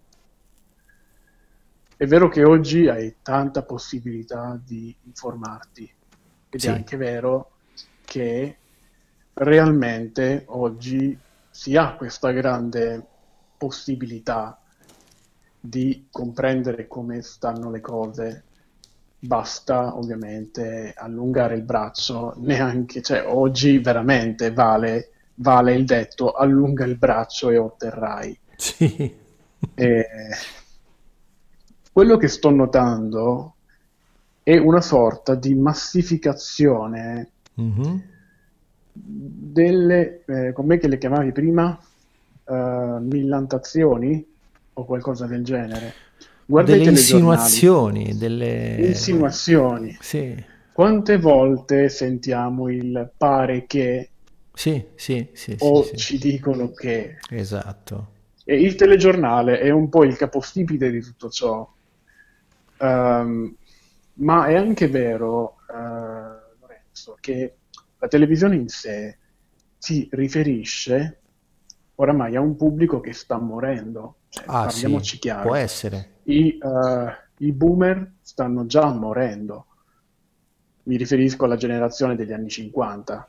[SPEAKER 2] è vero che oggi hai tanta possibilità di informarti ed è
[SPEAKER 1] Sì,
[SPEAKER 2] anche vero che realmente oggi si ha questa grande possibilità di comprendere come stanno le cose. Basta ovviamente allungare il braccio, neanche, cioè oggi veramente vale il detto allunga il braccio e otterrai.
[SPEAKER 1] sì.
[SPEAKER 2] E quello che sto notando è una sorta di massificazione
[SPEAKER 1] Mhm.
[SPEAKER 2] delle, com'è che le chiamavi prima? Millantazioni o qualcosa del genere. Guarda i
[SPEAKER 1] Delle
[SPEAKER 2] telegiornali,
[SPEAKER 1] insinuazioni, delle...
[SPEAKER 2] insinuazioni.
[SPEAKER 1] Sì,
[SPEAKER 2] Quante volte sentiamo il pare che
[SPEAKER 1] sì, sì, sì, sì,
[SPEAKER 2] o
[SPEAKER 1] sì.
[SPEAKER 2] ci dicono che?
[SPEAKER 1] Esatto.
[SPEAKER 2] E il telegiornale è un po' il capostipite di tutto ciò. Ehm, ma è anche vero, Lorenzo, che la televisione in sé si riferisce oramai a un pubblico che sta morendo. Cioè,
[SPEAKER 1] Ah, sì,
[SPEAKER 2] parliamoci
[SPEAKER 1] può
[SPEAKER 2] chiaro.
[SPEAKER 1] essere.
[SPEAKER 2] I boomer stanno già morendo. Mi riferisco alla generazione degli anni 50.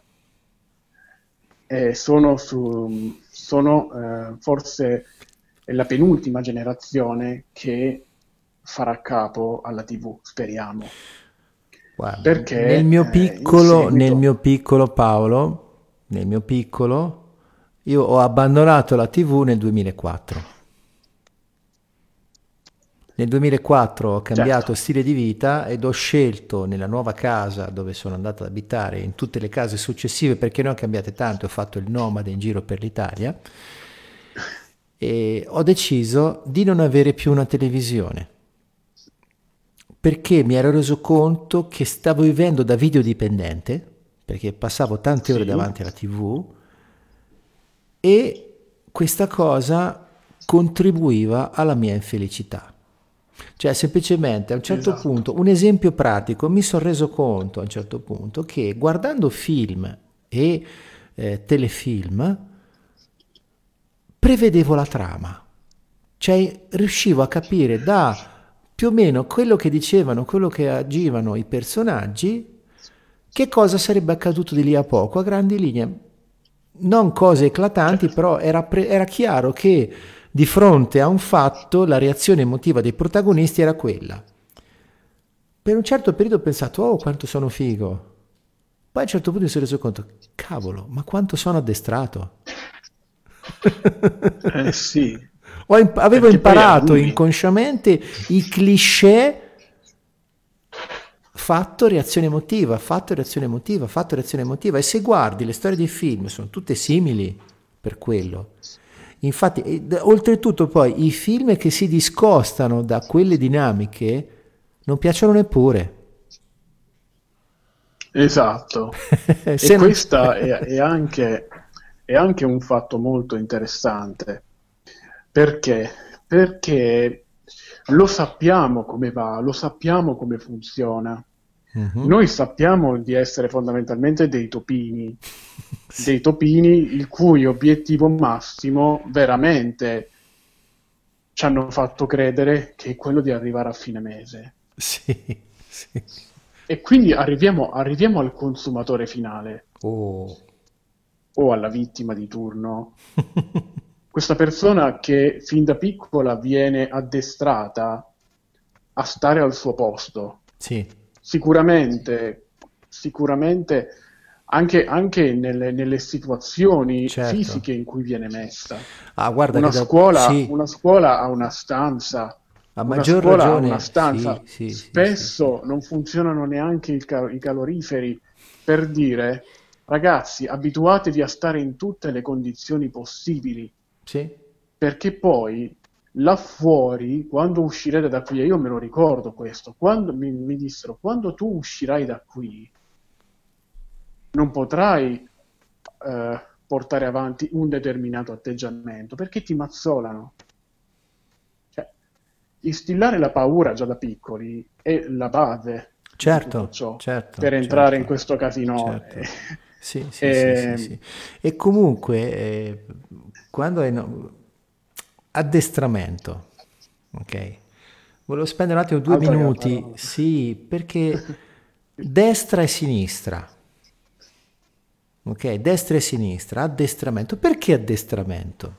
[SPEAKER 2] Sono forse la penultima generazione che farà capo alla TV, speriamo,
[SPEAKER 1] Guarda,
[SPEAKER 2] perché in
[SPEAKER 1] nel
[SPEAKER 2] seguito,
[SPEAKER 1] mio piccolo Paolo, nel mio piccolo, io ho abbandonato la TV nel 2004. Nel 2004 ho cambiato
[SPEAKER 2] certo,
[SPEAKER 1] stile di vita ed ho scelto nella nuova casa dove sono andato ad abitare, in tutte le case successive, perché ne ho cambiate tante, ho fatto il nomade in giro per l'Italia, e ho deciso di non avere più una televisione, perché mi ero reso conto che stavo vivendo da videodipendente, perché passavo tante ore
[SPEAKER 2] sì,
[SPEAKER 1] davanti alla TV e questa cosa contribuiva alla mia infelicità. Cioè, semplicemente a un certo
[SPEAKER 2] esatto,
[SPEAKER 1] punto, un esempio pratico, mi sono reso conto a un certo punto che guardando film e telefilm prevedevo la trama, cioè riuscivo a capire da più o meno quello che dicevano, quello che agivano i personaggi, che cosa sarebbe accaduto di lì a poco, a grandi linee. Non cose eclatanti,
[SPEAKER 2] certo,
[SPEAKER 1] però era chiaro che di fronte a un fatto la reazione emotiva dei protagonisti era quella. Per un certo periodo ho pensato, oh quanto sono figo. Poi a un certo punto mi sono reso conto, cavolo, ma quanto sono addestrato.
[SPEAKER 2] sì,
[SPEAKER 1] Avevo
[SPEAKER 2] perché poi
[SPEAKER 1] imparato
[SPEAKER 2] allunghi,
[SPEAKER 1] inconsciamente i cliché fatto reazione emotiva, fatto reazione emotiva, fatto reazione emotiva. E se guardi le storie dei film sono tutte simili per quello. Infatti, oltretutto poi i film che si discostano da quelle dinamiche non piacciono neppure.
[SPEAKER 2] esatto. E
[SPEAKER 1] Se non
[SPEAKER 2] questa
[SPEAKER 1] c'è...
[SPEAKER 2] è anche un fatto molto interessante. Perché? Perché lo sappiamo come va, lo sappiamo come funziona.
[SPEAKER 1] Mhm.
[SPEAKER 2] Noi sappiamo di essere fondamentalmente
[SPEAKER 1] Sì,
[SPEAKER 2] dei topini il cui obiettivo massimo veramente ci hanno fatto credere che è quello di arrivare a fine mese.
[SPEAKER 1] sì, sì.
[SPEAKER 2] E quindi arriviamo al consumatore finale
[SPEAKER 1] Oh.
[SPEAKER 2] o alla vittima di turno. Questa persona che fin da piccola viene addestrata a stare al suo posto.
[SPEAKER 1] Sì,
[SPEAKER 2] Sicuramente anche nelle situazioni
[SPEAKER 1] certo.
[SPEAKER 2] fisiche in cui viene messa.
[SPEAKER 1] Ah, guarda che
[SPEAKER 2] Una
[SPEAKER 1] da...
[SPEAKER 2] scuola,
[SPEAKER 1] Sì,
[SPEAKER 2] una scuola ha una stanza,
[SPEAKER 1] a
[SPEAKER 2] una
[SPEAKER 1] maggior
[SPEAKER 2] scuola ha una
[SPEAKER 1] ragione, sì,
[SPEAKER 2] stanza.
[SPEAKER 1] sì, sì, sì, sì.
[SPEAKER 2] Spesso non funzionano neanche i caloriferi, per dire. ragazzi, abituatevi a stare in tutte le condizioni possibili,
[SPEAKER 1] Sì,
[SPEAKER 2] perché poi là fuori, quando uscirete da qui, e io me lo ricordo questo, quando mi dissero, quando tu uscirai da qui, non potrai portare avanti un determinato atteggiamento, perché ti mazzolano. Cioè, instillare la paura già da piccoli è la base di tutto
[SPEAKER 1] certo,
[SPEAKER 2] ciò,
[SPEAKER 1] certo,
[SPEAKER 2] per entrare in
[SPEAKER 1] certo,
[SPEAKER 2] questo casino.
[SPEAKER 1] certo. Sì, sì, sì, sì,
[SPEAKER 2] E-
[SPEAKER 1] sì. E comunque, quando è addestramento, ok? Volevo spendere un attimo due
[SPEAKER 2] altra che la
[SPEAKER 1] minuti,
[SPEAKER 2] parola.
[SPEAKER 1] sì, perché destra e sinistra, ok? Destra e sinistra, addestramento. Perché addestramento?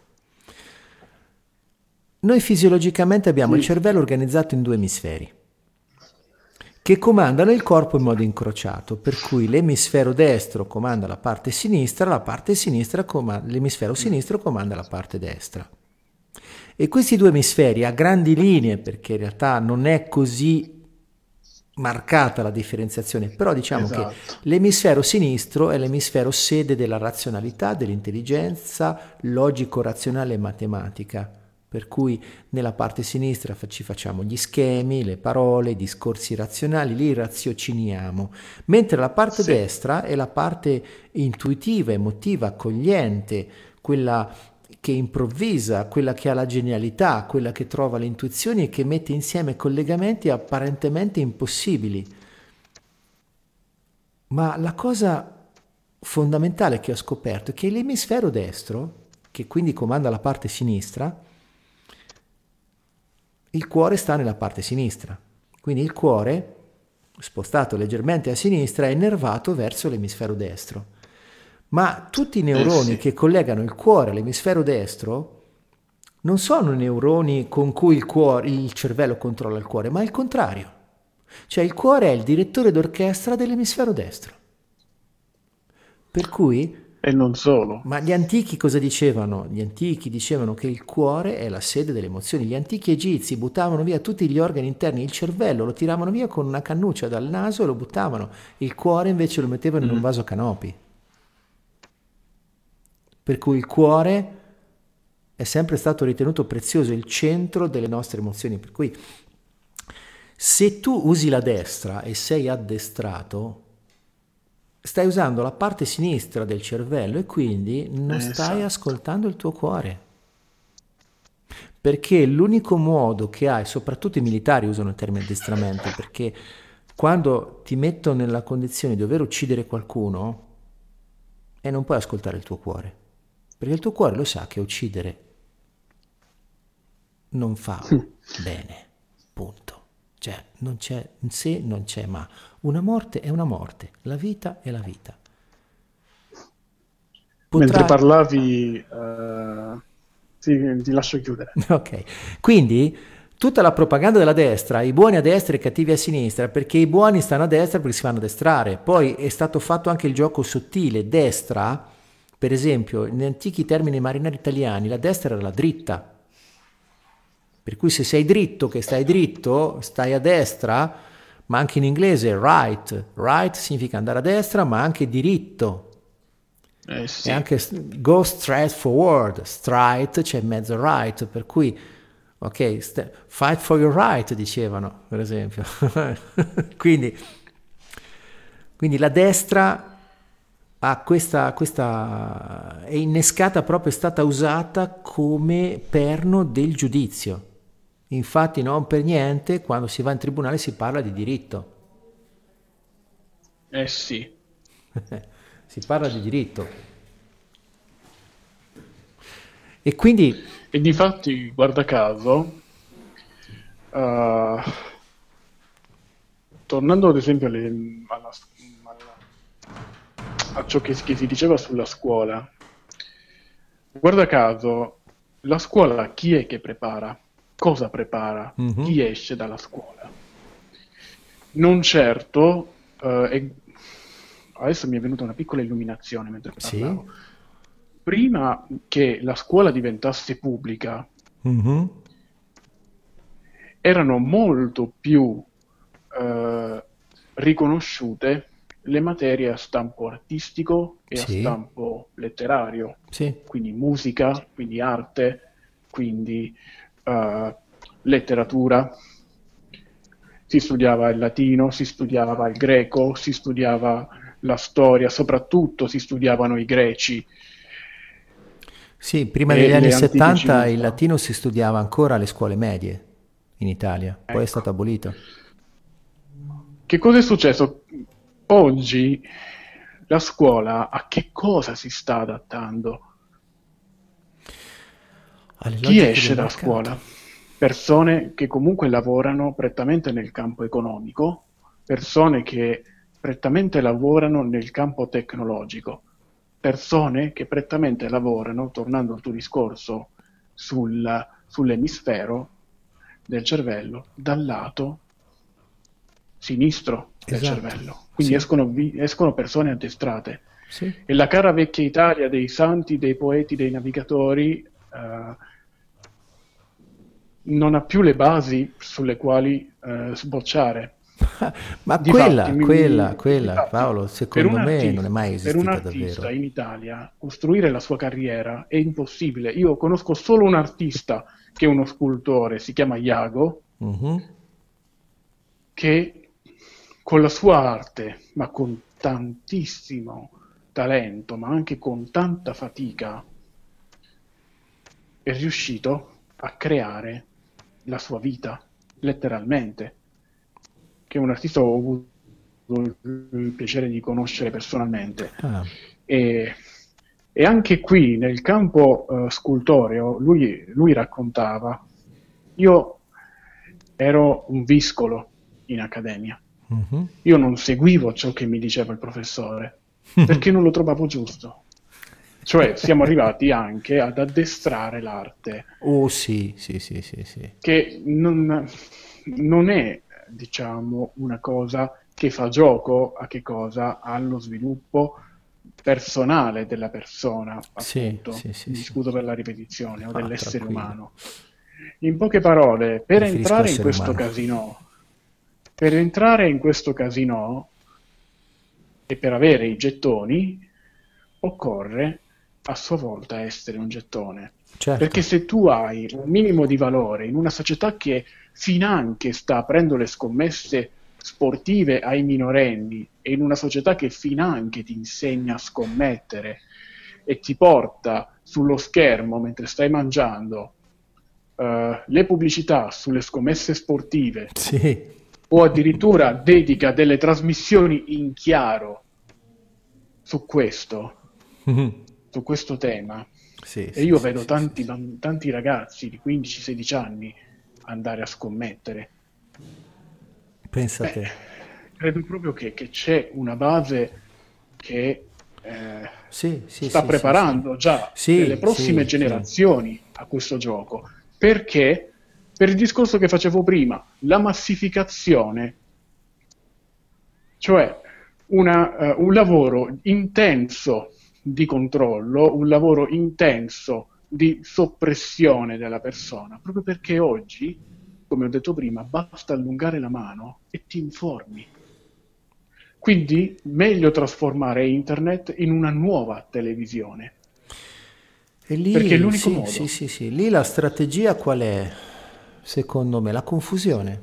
[SPEAKER 1] Noi fisiologicamente abbiamo il
[SPEAKER 2] Sì,
[SPEAKER 1] cervello organizzato in due emisferi che comandano il corpo in modo incrociato, per cui l'emisfero destro comanda la parte sinistra, la parte sinistra l'emisfero sinistro comanda la parte destra. E questi due emisferi a grandi linee, perché in realtà non è così marcata la differenziazione, però diciamo che
[SPEAKER 2] esatto.
[SPEAKER 1] l'emisfero sinistro è l'emisfero sede della razionalità, dell'intelligenza logico-razionale e matematica, per cui nella parte sinistra ci facciamo gli schemi, le parole, i discorsi razionali, li raziociniamo, mentre la parte
[SPEAKER 2] Sì,
[SPEAKER 1] destra è la parte intuitiva, emotiva, accogliente, quella che improvvisa, quella che ha la genialità, quella che trova le intuizioni e che mette insieme collegamenti apparentemente impossibili. Ma la cosa fondamentale che ho scoperto è che l'emisfero destro, che quindi comanda la parte sinistra, il cuore sta nella parte sinistra. Quindi il cuore, spostato leggermente a sinistra, è innervato verso l'emisfero destro. Ma tutti i neuroni
[SPEAKER 2] sì.
[SPEAKER 1] che collegano il cuore all'emisfero destro non sono neuroni con cui il cervello controlla il cuore, ma è il contrario. Cioè il cuore è il direttore d'orchestra dell'emisfero destro. Per cui,
[SPEAKER 2] E non solo.
[SPEAKER 1] ma gli antichi cosa dicevano? Gli antichi dicevano che il cuore è la sede delle emozioni. Gli antichi egizi buttavano via tutti gli organi interni, il cervello lo tiravano via con una cannuccia dal naso e lo buttavano. Il cuore invece lo mettevano in un
[SPEAKER 2] Mm.
[SPEAKER 1] vaso canopi. Per cui il cuore è sempre stato ritenuto prezioso, il centro delle nostre emozioni. Per cui se tu usi la destra e sei addestrato, stai usando la parte sinistra del cervello e quindi non stai
[SPEAKER 2] Esatto.
[SPEAKER 1] ascoltando il tuo cuore. Perché l'unico modo che hai, soprattutto i militari usano il termine addestramento, perché quando ti mettono nella condizione di dover uccidere qualcuno e non puoi ascoltare il tuo cuore, perché il tuo cuore lo sa che uccidere non fa bene, punto. Cioè, non c'è se, non c'è ma. Una morte è una morte, la vita è la vita.
[SPEAKER 2] Mentre
[SPEAKER 1] Potrà.
[SPEAKER 2] parlavi, sì, ti lascio chiudere.
[SPEAKER 1] Ok, quindi tutta la propaganda della destra, i buoni a destra e i cattivi a sinistra, perché i buoni stanno a destra perché si fanno addestrare. Poi è stato fatto anche il gioco sottile, destra, per esempio, in antichi termini marinari italiani, la destra era la dritta. Per cui se sei dritto, che stai dritto, stai a destra, ma anche in inglese right. Right significa andare a destra, ma anche diritto. E
[SPEAKER 2] Sì.
[SPEAKER 1] anche go straight forward, straight c'è mezzo right, per cui ok, fight for your right dicevano, per esempio. quindi, quindi la destra ha questa è innescata proprio, è stata usata come perno del giudizio. Infatti non per niente quando si va in tribunale si parla di diritto.
[SPEAKER 2] Sì.
[SPEAKER 1] Si parla di diritto. E quindi
[SPEAKER 2] E difatti, guarda caso, eh, tornando ad esempio a ciò che si diceva sulla scuola, guarda caso, la scuola chi è che prepara? Cosa prepara?
[SPEAKER 1] mhm,
[SPEAKER 2] Chi esce dalla scuola? Non certo, adesso mi è venuta una piccola illuminazione mentre
[SPEAKER 1] sì,
[SPEAKER 2] parlavo. Prima che la scuola diventasse pubblica,
[SPEAKER 1] mhm,
[SPEAKER 2] erano molto più eh, riconosciute le materie a stampo artistico e a
[SPEAKER 1] Sì,
[SPEAKER 2] stampo letterario,
[SPEAKER 1] sì,
[SPEAKER 2] quindi musica, quindi arte, quindi eh, letteratura. Si studiava il latino, si studiava il greco, si studiava la storia, soprattutto si studiavano i greci
[SPEAKER 1] sì, prima degli
[SPEAKER 2] e
[SPEAKER 1] anni
[SPEAKER 2] le antiche
[SPEAKER 1] 70 il
[SPEAKER 2] civiltà.
[SPEAKER 1] latino si studiava ancora alle scuole medie in Italia, poi è
[SPEAKER 2] Ecco.
[SPEAKER 1] stato abolito.
[SPEAKER 2] Che cosa è successo? Oggi la scuola a che cosa si sta adattando?
[SPEAKER 1] Alle
[SPEAKER 2] Chi
[SPEAKER 1] logiche del
[SPEAKER 2] esce da
[SPEAKER 1] mercato.
[SPEAKER 2] scuola? Persone che comunque lavorano prettamente nel campo economico, persone che prettamente lavorano nel campo tecnologico, persone che prettamente lavorano, tornando al tuo discorso sull'emisfero del cervello, dal lato sinistro del
[SPEAKER 1] Esatto,
[SPEAKER 2] cervello. Quindi
[SPEAKER 1] sì,
[SPEAKER 2] escono persone addestrate.
[SPEAKER 1] sì.
[SPEAKER 2] E la cara vecchia Italia dei santi, dei poeti, dei navigatori non ha più le basi sulle quali sbocciare.
[SPEAKER 1] Ma
[SPEAKER 2] Difatti,
[SPEAKER 1] quella,
[SPEAKER 2] difatti,
[SPEAKER 1] Paolo, secondo me non è mai
[SPEAKER 2] per un
[SPEAKER 1] esistita
[SPEAKER 2] artista
[SPEAKER 1] davvero.
[SPEAKER 2] in Italia costruire la sua carriera è impossibile. Io conosco solo un artista che è uno scultore, si chiama Iago,
[SPEAKER 1] Mhm.
[SPEAKER 2] che con la sua arte, ma con tantissimo talento, ma anche con tanta fatica, è riuscito a creare la sua vita, letteralmente, che è un artista che ho avuto il piacere di conoscere personalmente.
[SPEAKER 1] Ah,
[SPEAKER 2] E, e anche qui, nel campo scultoreo, lui raccontava, io ero un viscolo in accademia,
[SPEAKER 1] mhm.
[SPEAKER 2] io non seguivo ciò che mi diceva il professore, perché non lo trovavo giusto. Cioè, siamo arrivati anche ad addestrare l'arte,
[SPEAKER 1] Oh sì, sì, sì, sì, sì.
[SPEAKER 2] che non è, diciamo, una cosa che fa gioco a che cosa? Allo sviluppo personale della persona,
[SPEAKER 1] Sì,
[SPEAKER 2] appunto.
[SPEAKER 1] sì, sì,
[SPEAKER 2] Mi
[SPEAKER 1] sì.
[SPEAKER 2] scuso per la ripetizione, o
[SPEAKER 1] Ah,
[SPEAKER 2] dell'essere
[SPEAKER 1] tranquillo.
[SPEAKER 2] umano. In poche parole,
[SPEAKER 1] Preferisco essere umano.
[SPEAKER 2] per entrare in questo casino e per avere i gettoni, occorre a sua volta essere un gettone.
[SPEAKER 1] Certo.
[SPEAKER 2] Perché se tu hai un minimo di valore in una società che finanche sta aprendo le scommesse sportive ai minorenni e in una società che finanche ti insegna a scommettere e ti porta sullo schermo mentre stai mangiando le pubblicità sulle scommesse sportive
[SPEAKER 1] Sì.
[SPEAKER 2] o addirittura dedica delle trasmissioni in chiaro su questo,
[SPEAKER 1] Mhm.
[SPEAKER 2] su questo tema,
[SPEAKER 1] Sì,
[SPEAKER 2] e
[SPEAKER 1] sì,
[SPEAKER 2] io
[SPEAKER 1] sì,
[SPEAKER 2] vedo
[SPEAKER 1] sì, sì,
[SPEAKER 2] tanti,
[SPEAKER 1] sì.
[SPEAKER 2] tanti ragazzi di 15-16 anni andare a scommettere.
[SPEAKER 1] Pensa a
[SPEAKER 2] Beh,
[SPEAKER 1] te.
[SPEAKER 2] credo proprio che c'è una base che
[SPEAKER 1] Sì, sì,
[SPEAKER 2] sta
[SPEAKER 1] sì, sì, sì.
[SPEAKER 2] preparando già delle
[SPEAKER 1] Sì,
[SPEAKER 2] prossime
[SPEAKER 1] sì, sì.
[SPEAKER 2] generazioni a questo gioco. Perché? Per il discorso che facevo prima, la massificazione, cioè un lavoro intenso di controllo, un lavoro intenso di soppressione della persona, proprio perché oggi, come ho detto prima, basta allungare la mano e ti informi. Quindi meglio trasformare internet in una nuova televisione,
[SPEAKER 1] E
[SPEAKER 2] perché è
[SPEAKER 1] lì,
[SPEAKER 2] l'unico
[SPEAKER 1] sì, sì,
[SPEAKER 2] modo.
[SPEAKER 1] sì, sì, lì la strategia qual è? Secondo me, la confusione.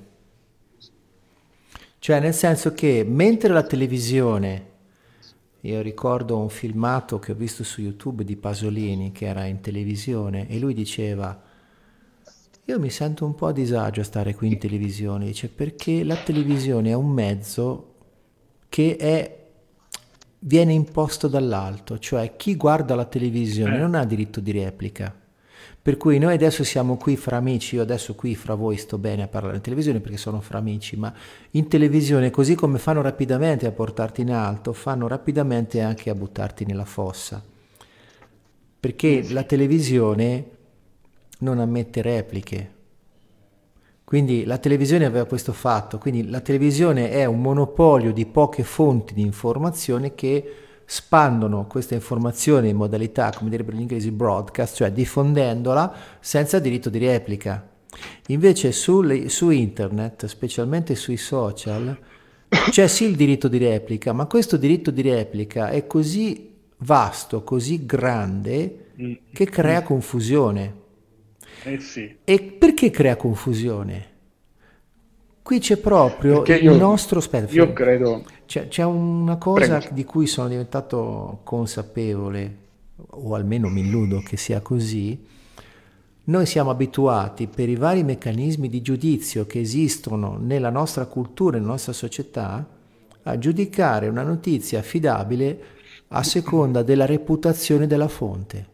[SPEAKER 1] Cioè, nel senso che mentre la televisione, io ricordo un filmato che ho visto su YouTube di Pasolini che era in televisione e lui diceva, io mi sento un po' a disagio a stare qui in televisione, dice, perché la televisione è un mezzo che viene imposto dall'alto, cioè chi guarda la televisione
[SPEAKER 2] Eh,
[SPEAKER 1] non ha diritto di replica. Per cui noi adesso siamo qui fra amici, io adesso qui fra voi sto bene a parlare in televisione perché sono fra amici, ma in televisione così come fanno rapidamente a portarti in alto, fanno rapidamente anche a buttarti nella fossa. Perché la
[SPEAKER 2] sì.
[SPEAKER 1] televisione non ammette repliche. Quindi la televisione aveva questo fatto, quindi la televisione è un monopolio di poche fonti di informazione che spandono questa informazione in modalità, come direbbero gli inglesi, broadcast, cioè diffondendola senza diritto di replica. Invece su internet, specialmente sui social, c'è sì il diritto di replica, ma questo diritto di replica è così vasto, così grande,
[SPEAKER 2] Mm,
[SPEAKER 1] che
[SPEAKER 2] mm.
[SPEAKER 1] crea confusione.
[SPEAKER 2] Eh sì,
[SPEAKER 1] E perché crea confusione? Qui c'è proprio
[SPEAKER 2] perché
[SPEAKER 1] il nostro... Aspetta,
[SPEAKER 2] io credo,
[SPEAKER 1] c'è una
[SPEAKER 2] prego.
[SPEAKER 1] cosa di cui sono diventato consapevole, o almeno mi illudo che sia così. Noi siamo abituati, per i vari meccanismi di giudizio che esistono nella nostra cultura e nella nostra società, a giudicare una notizia affidabile a seconda della reputazione della fonte.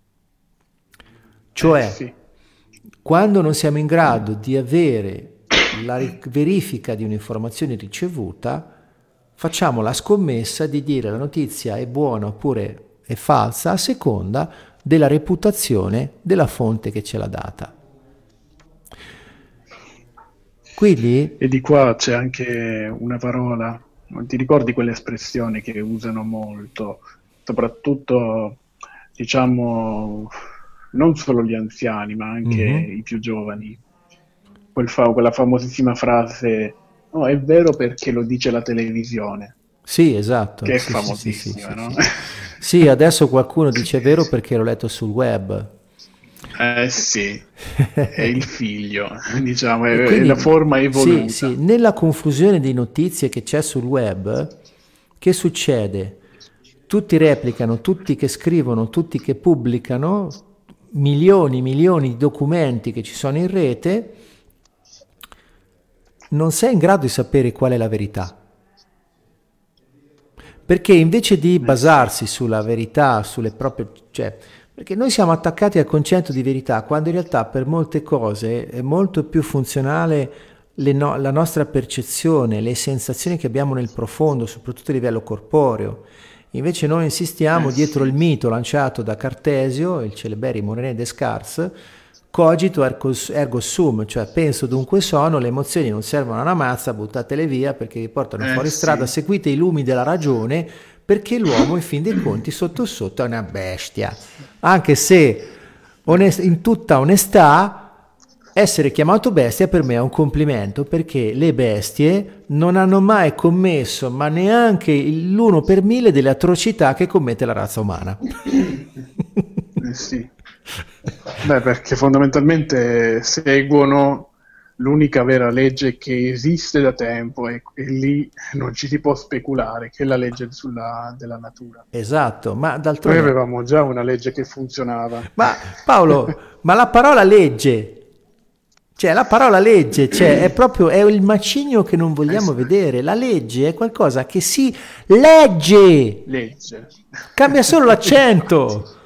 [SPEAKER 2] Eh
[SPEAKER 1] Cioè,
[SPEAKER 2] sì,
[SPEAKER 1] quando non siamo in grado di avere la verifica di un'informazione ricevuta, facciamo la scommessa di dire la notizia è buona oppure è falsa a seconda della reputazione della fonte che ce l'ha data. Quindi,
[SPEAKER 2] e di qua c'è anche una parola, non ti ricordi quell'espressione che usano molto, soprattutto, diciamo, non solo gli anziani, ma anche
[SPEAKER 1] mhm,
[SPEAKER 2] i più giovani, quella famosissima frase, no, è vero perché lo dice la televisione,
[SPEAKER 1] sì, esatto,
[SPEAKER 2] che è
[SPEAKER 1] sì, sì, sì, sì,
[SPEAKER 2] famosissima,
[SPEAKER 1] sì,
[SPEAKER 2] no?
[SPEAKER 1] sì. Sì, adesso qualcuno dice è vero perché l'ho letto sul web.
[SPEAKER 2] Eh sì, è il figlio, diciamo,
[SPEAKER 1] E
[SPEAKER 2] è la
[SPEAKER 1] quindi,
[SPEAKER 2] forma
[SPEAKER 1] sì, sì,
[SPEAKER 2] evoluta.
[SPEAKER 1] nella confusione di notizie che c'è sul web, che succede? Tutti replicano, tutti che scrivono, tutti che pubblicano, milioni, milioni di documenti che ci sono in rete, non sei in grado di sapere qual è la verità. Perché invece di
[SPEAKER 2] Eh sì,
[SPEAKER 1] basarsi sulla verità, sulle proprie... cioè, perché noi siamo attaccati al concetto di verità, quando in realtà per molte cose è molto più funzionale la nostra percezione, le sensazioni che abbiamo nel profondo, soprattutto a livello corporeo. Invece noi
[SPEAKER 2] eh
[SPEAKER 1] insistiamo dietro
[SPEAKER 2] sì,
[SPEAKER 1] il mito lanciato da Cartesio, il celeberrimo René Descartes, cogito ergo sum, cioè penso dunque sono, le emozioni non servono a una mazza, buttatele via perché vi portano
[SPEAKER 2] eh
[SPEAKER 1] fuori strada,
[SPEAKER 2] sì.
[SPEAKER 1] seguite i lumi della ragione perché l'uomo in fin dei conti sotto sotto è una bestia. Anche se in tutta onestà essere chiamato bestia per me è un complimento perché le bestie non hanno mai commesso ma neanche l'uno per mille delle atrocità che commette la razza umana.
[SPEAKER 2] Eh sì. Beh, perché fondamentalmente seguono l'unica vera legge che esiste da tempo e lì non ci si può speculare, che è la legge della natura.
[SPEAKER 1] Esatto, ma
[SPEAKER 2] Noi
[SPEAKER 1] d'altronde...
[SPEAKER 2] avevamo già una legge che funzionava.
[SPEAKER 1] Ma Paolo, ma la parola legge, cioè la parola legge, cioè è proprio è il macigno che non
[SPEAKER 2] Eh
[SPEAKER 1] vogliamo
[SPEAKER 2] sì,
[SPEAKER 1] vedere. La legge è qualcosa che si legge,
[SPEAKER 2] legge.
[SPEAKER 1] cambia solo
[SPEAKER 2] Infatti.
[SPEAKER 1] l'accento.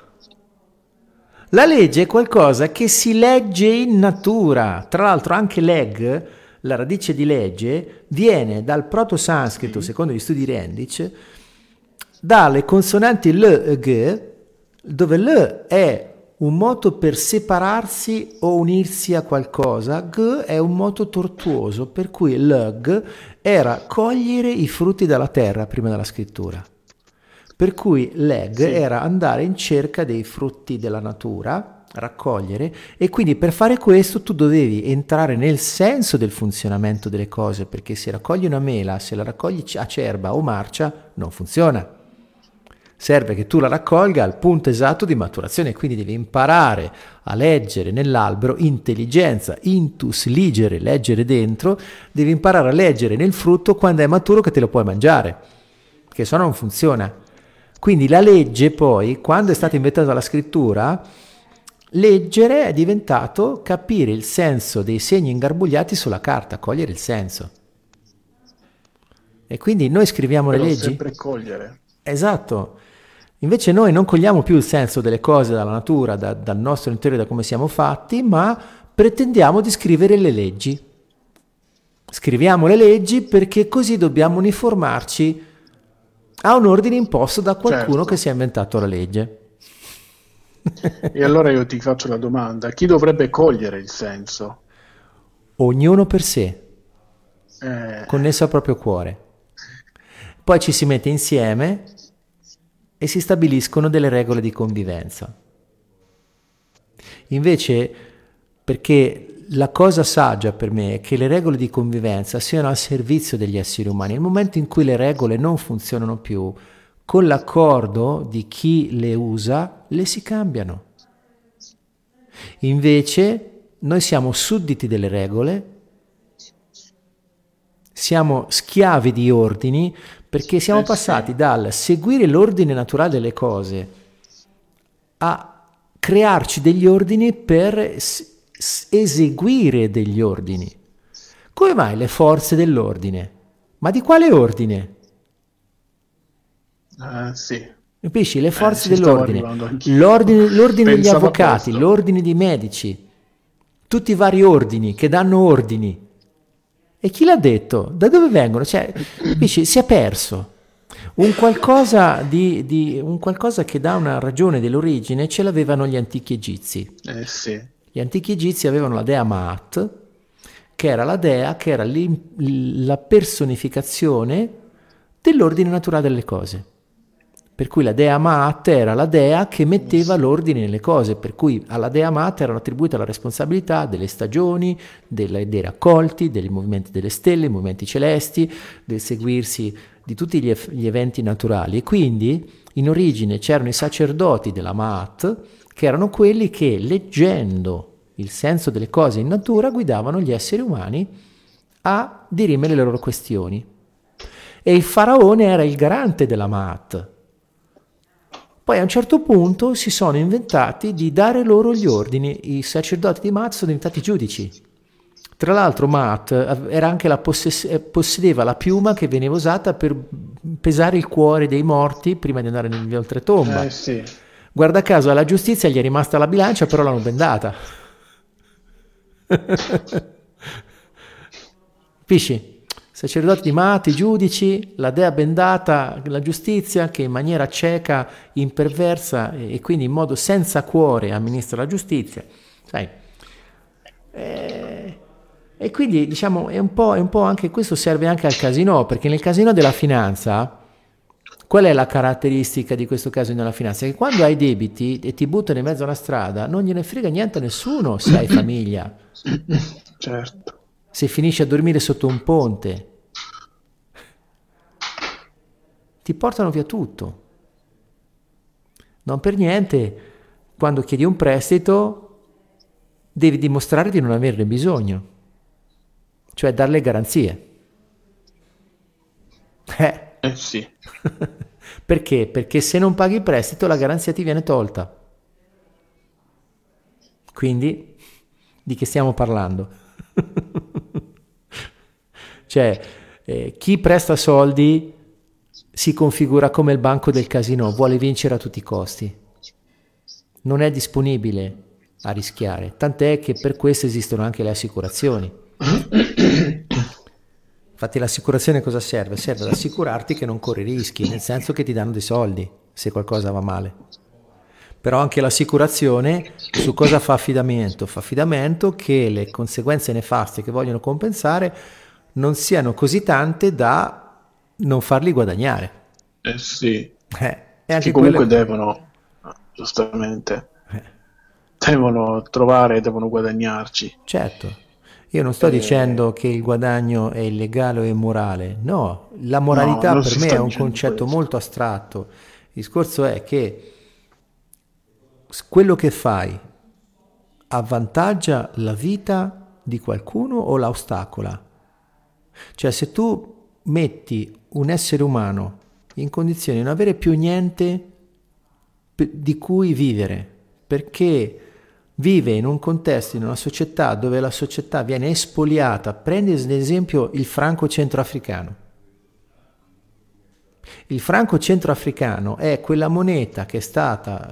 [SPEAKER 1] La legge è qualcosa che si legge in natura. Tra l'altro anche leg, la radice di legge, viene dal proto-sanscrito,
[SPEAKER 2] Sì,
[SPEAKER 1] secondo gli studi Rendic, dalle consonanti L e G, dove L è un moto per separarsi o unirsi a qualcosa, G è un moto tortuoso, per cui Lug era cogliere i frutti dalla terra prima della scrittura. Per cui leg
[SPEAKER 2] sì.
[SPEAKER 1] era andare in cerca dei frutti della natura, raccogliere, e quindi per fare questo tu dovevi entrare nel senso del funzionamento delle cose, perché se raccogli una mela, se la raccogli acerba o marcia, non funziona. Serve che tu la raccolga al punto esatto di maturazione, quindi devi imparare a leggere nell'albero, intelligenza, intus, ligere, leggere dentro, devi imparare a leggere nel frutto quando è maturo che te lo puoi mangiare, che se no non funziona. Quindi la legge poi, quando è stata inventata la scrittura, leggere è diventato capire il senso dei segni ingarbugliati sulla carta, cogliere il senso. E quindi noi scriviamo le
[SPEAKER 2] Però
[SPEAKER 1] leggi?
[SPEAKER 2] sempre cogliere.
[SPEAKER 1] Esatto. Invece noi non cogliamo più il senso delle cose dalla natura, dal nostro interiore, da come siamo fatti, ma pretendiamo di scrivere le leggi. Scriviamo le leggi perché così dobbiamo uniformarci a un ordine imposto da qualcuno che
[SPEAKER 2] Certo.
[SPEAKER 1] si è inventato la legge.
[SPEAKER 2] E allora io ti faccio la domanda, chi dovrebbe cogliere il senso?
[SPEAKER 1] Ognuno per sé,
[SPEAKER 2] Eh,
[SPEAKER 1] connesso al proprio cuore. Poi ci si mette insieme e si stabiliscono delle regole di convivenza. Invece, perché la cosa saggia per me è che le regole di convivenza siano al servizio degli esseri umani. Nel momento in cui le regole non funzionano più, con l'accordo di chi le usa, le si cambiano. Invece noi siamo sudditi delle regole, siamo schiavi di ordini, perché siamo passati dal seguire l'ordine naturale delle cose a crearci degli ordini per eseguire degli ordini. Come mai le forze dell'ordine? Ma di quale ordine?
[SPEAKER 2] Sì.
[SPEAKER 1] Capisci? Le forze
[SPEAKER 2] Ci stavo
[SPEAKER 1] dell'ordine,
[SPEAKER 2] arrivando anch'io.
[SPEAKER 1] l'ordine degli
[SPEAKER 2] Pensavo a
[SPEAKER 1] avvocati,
[SPEAKER 2] questo.
[SPEAKER 1] l'ordine di medici, tutti i vari ordini che danno ordini. E chi l'ha detto? Da dove vengono? Cioè, capisci? Si è perso. Un qualcosa un qualcosa che dà una ragione dell'origine ce l'avevano gli antichi egizi.
[SPEAKER 2] Sì.
[SPEAKER 1] Gli antichi egizi avevano la dea Maat, che era la dea, che era la personificazione dell'ordine naturale delle cose. Per cui la dea Maat era la dea che metteva l'ordine nelle cose, per cui alla dea Maat erano attribuite la responsabilità delle stagioni, dei raccolti, dei movimenti delle stelle, i movimenti celesti, del seguirsi di tutti gli eventi naturali. E quindi in origine c'erano i sacerdoti della Maat, che erano quelli che, leggendo il senso delle cose in natura, guidavano gli esseri umani a dirimere le loro questioni. E il faraone era il garante della Maat. Poi a un certo punto si sono inventati di dare loro gli ordini. I sacerdoti di Maat sono diventati giudici. Tra l'altro Maat era anche possedeva la piuma che veniva usata per pesare il cuore dei morti prima di andare nell'oltretomba.
[SPEAKER 2] Sì.
[SPEAKER 1] Guarda caso alla giustizia gli è rimasta la bilancia, però l'hanno bendata. Capisci? Sacerdoti di Maat, i giudici, la dea bendata, la giustizia che in maniera cieca, imperversa e quindi in modo senza cuore amministra la giustizia. Sai? E quindi diciamo è un po' anche questo serve anche al casino, perché nel casino della finanza, qual è la caratteristica di questo casino della finanza? Che quando hai debiti e ti buttano in mezzo alla strada non gliene frega niente a nessuno se hai famiglia.
[SPEAKER 2] Certo.
[SPEAKER 1] Se finisci a dormire sotto un ponte, ti portano via tutto. Non per niente, quando chiedi un prestito, devi dimostrare di non averne bisogno, cioè darle garanzie.
[SPEAKER 2] Sì.
[SPEAKER 1] Perché? Perché se non paghi il prestito, la garanzia ti viene tolta. Quindi, di che stiamo parlando? Cioè, chi presta soldi si configura come il banco del casino, vuole vincere a tutti i costi, non è disponibile a rischiare, tant'è che per questo esistono anche le assicurazioni. Infatti l'assicurazione cosa serve? Serve ad assicurarti che non corri rischi, nel senso che ti danno dei soldi se qualcosa va male. Però anche l'assicurazione su cosa fa affidamento? Fa affidamento che le conseguenze nefaste che vogliono compensare non siano così tante da non farli guadagnare.
[SPEAKER 2] Sì.
[SPEAKER 1] E anche
[SPEAKER 2] che comunque
[SPEAKER 1] quello...
[SPEAKER 2] devono, giustamente, devono trovare, devono guadagnarci.
[SPEAKER 1] Certo, io non sto dicendo che il guadagno è illegale o immorale, no, la moralità
[SPEAKER 2] No,
[SPEAKER 1] per me è un concetto molto astratto. Il discorso è che quello che fai avvantaggia la vita di qualcuno o la ostacola? Cioè, se tu metti un essere umano in condizione di non avere più niente di cui vivere, perché vive in un contesto, in una società dove la società viene espoliata, prendi ad esempio il franco centroafricano. Il franco centroafricano è quella moneta che è stata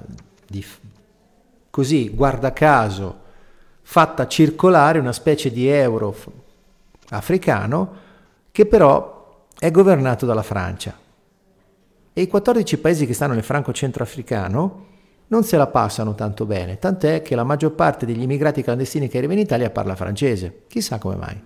[SPEAKER 1] così, guarda caso, fatta circolare, una specie di euro africano che però è governato dalla Francia. E i 14 paesi che stanno nel franco centroafricano non se la passano tanto bene, tant'è che la maggior parte degli immigrati clandestini che arrivano in Italia parla francese. Chissà come mai.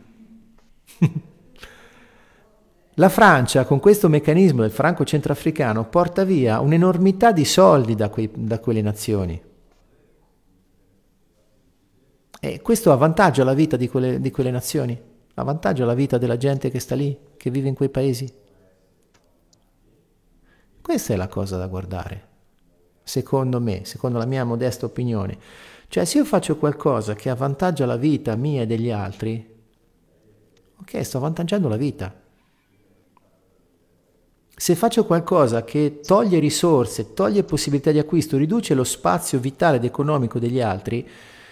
[SPEAKER 1] La Francia, con questo meccanismo del franco centroafricano, porta via un'enormità di soldi da quelle nazioni. E questo avvantaggia la vita di quelle nazioni, avvantaggia la vita della gente che sta lì, che vive in quei paesi. Questa è la cosa da guardare, secondo me, secondo la mia modesta opinione. Cioè, se io faccio qualcosa che avvantaggia la vita mia e degli altri, ok, sto avvantaggiando la vita. Se faccio qualcosa che toglie risorse, toglie possibilità di acquisto, riduce lo spazio vitale ed economico degli altri,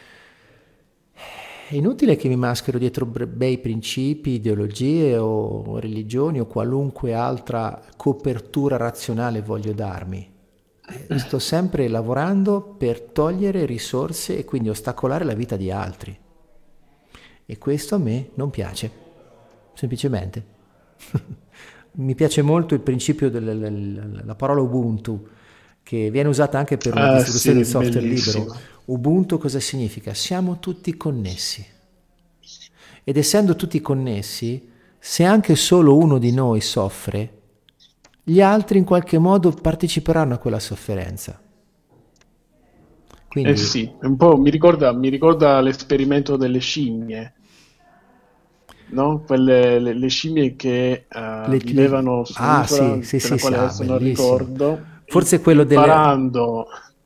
[SPEAKER 1] è inutile che mi maschero dietro bei principi, ideologie o religioni o qualunque altra copertura razionale voglio darmi. Sto sempre lavorando per togliere risorse e quindi ostacolare la vita di altri. E questo a me non piace, semplicemente. Mi piace molto il principio della parola Ubuntu, che viene usata anche per una distribuzione del software libero. Ubuntu cosa significa? Siamo tutti connessi. Ed essendo tutti connessi, se anche solo uno di noi soffre, gli altri in qualche modo parteciperanno a quella sofferenza. Quindi,
[SPEAKER 2] sì, un po' mi ricorda l'esperimento delle scimmie, no? Le scimmie che vivevano su un'isola,
[SPEAKER 1] sì,
[SPEAKER 2] della quale adesso non ricordo,
[SPEAKER 1] forse quello
[SPEAKER 2] imparando...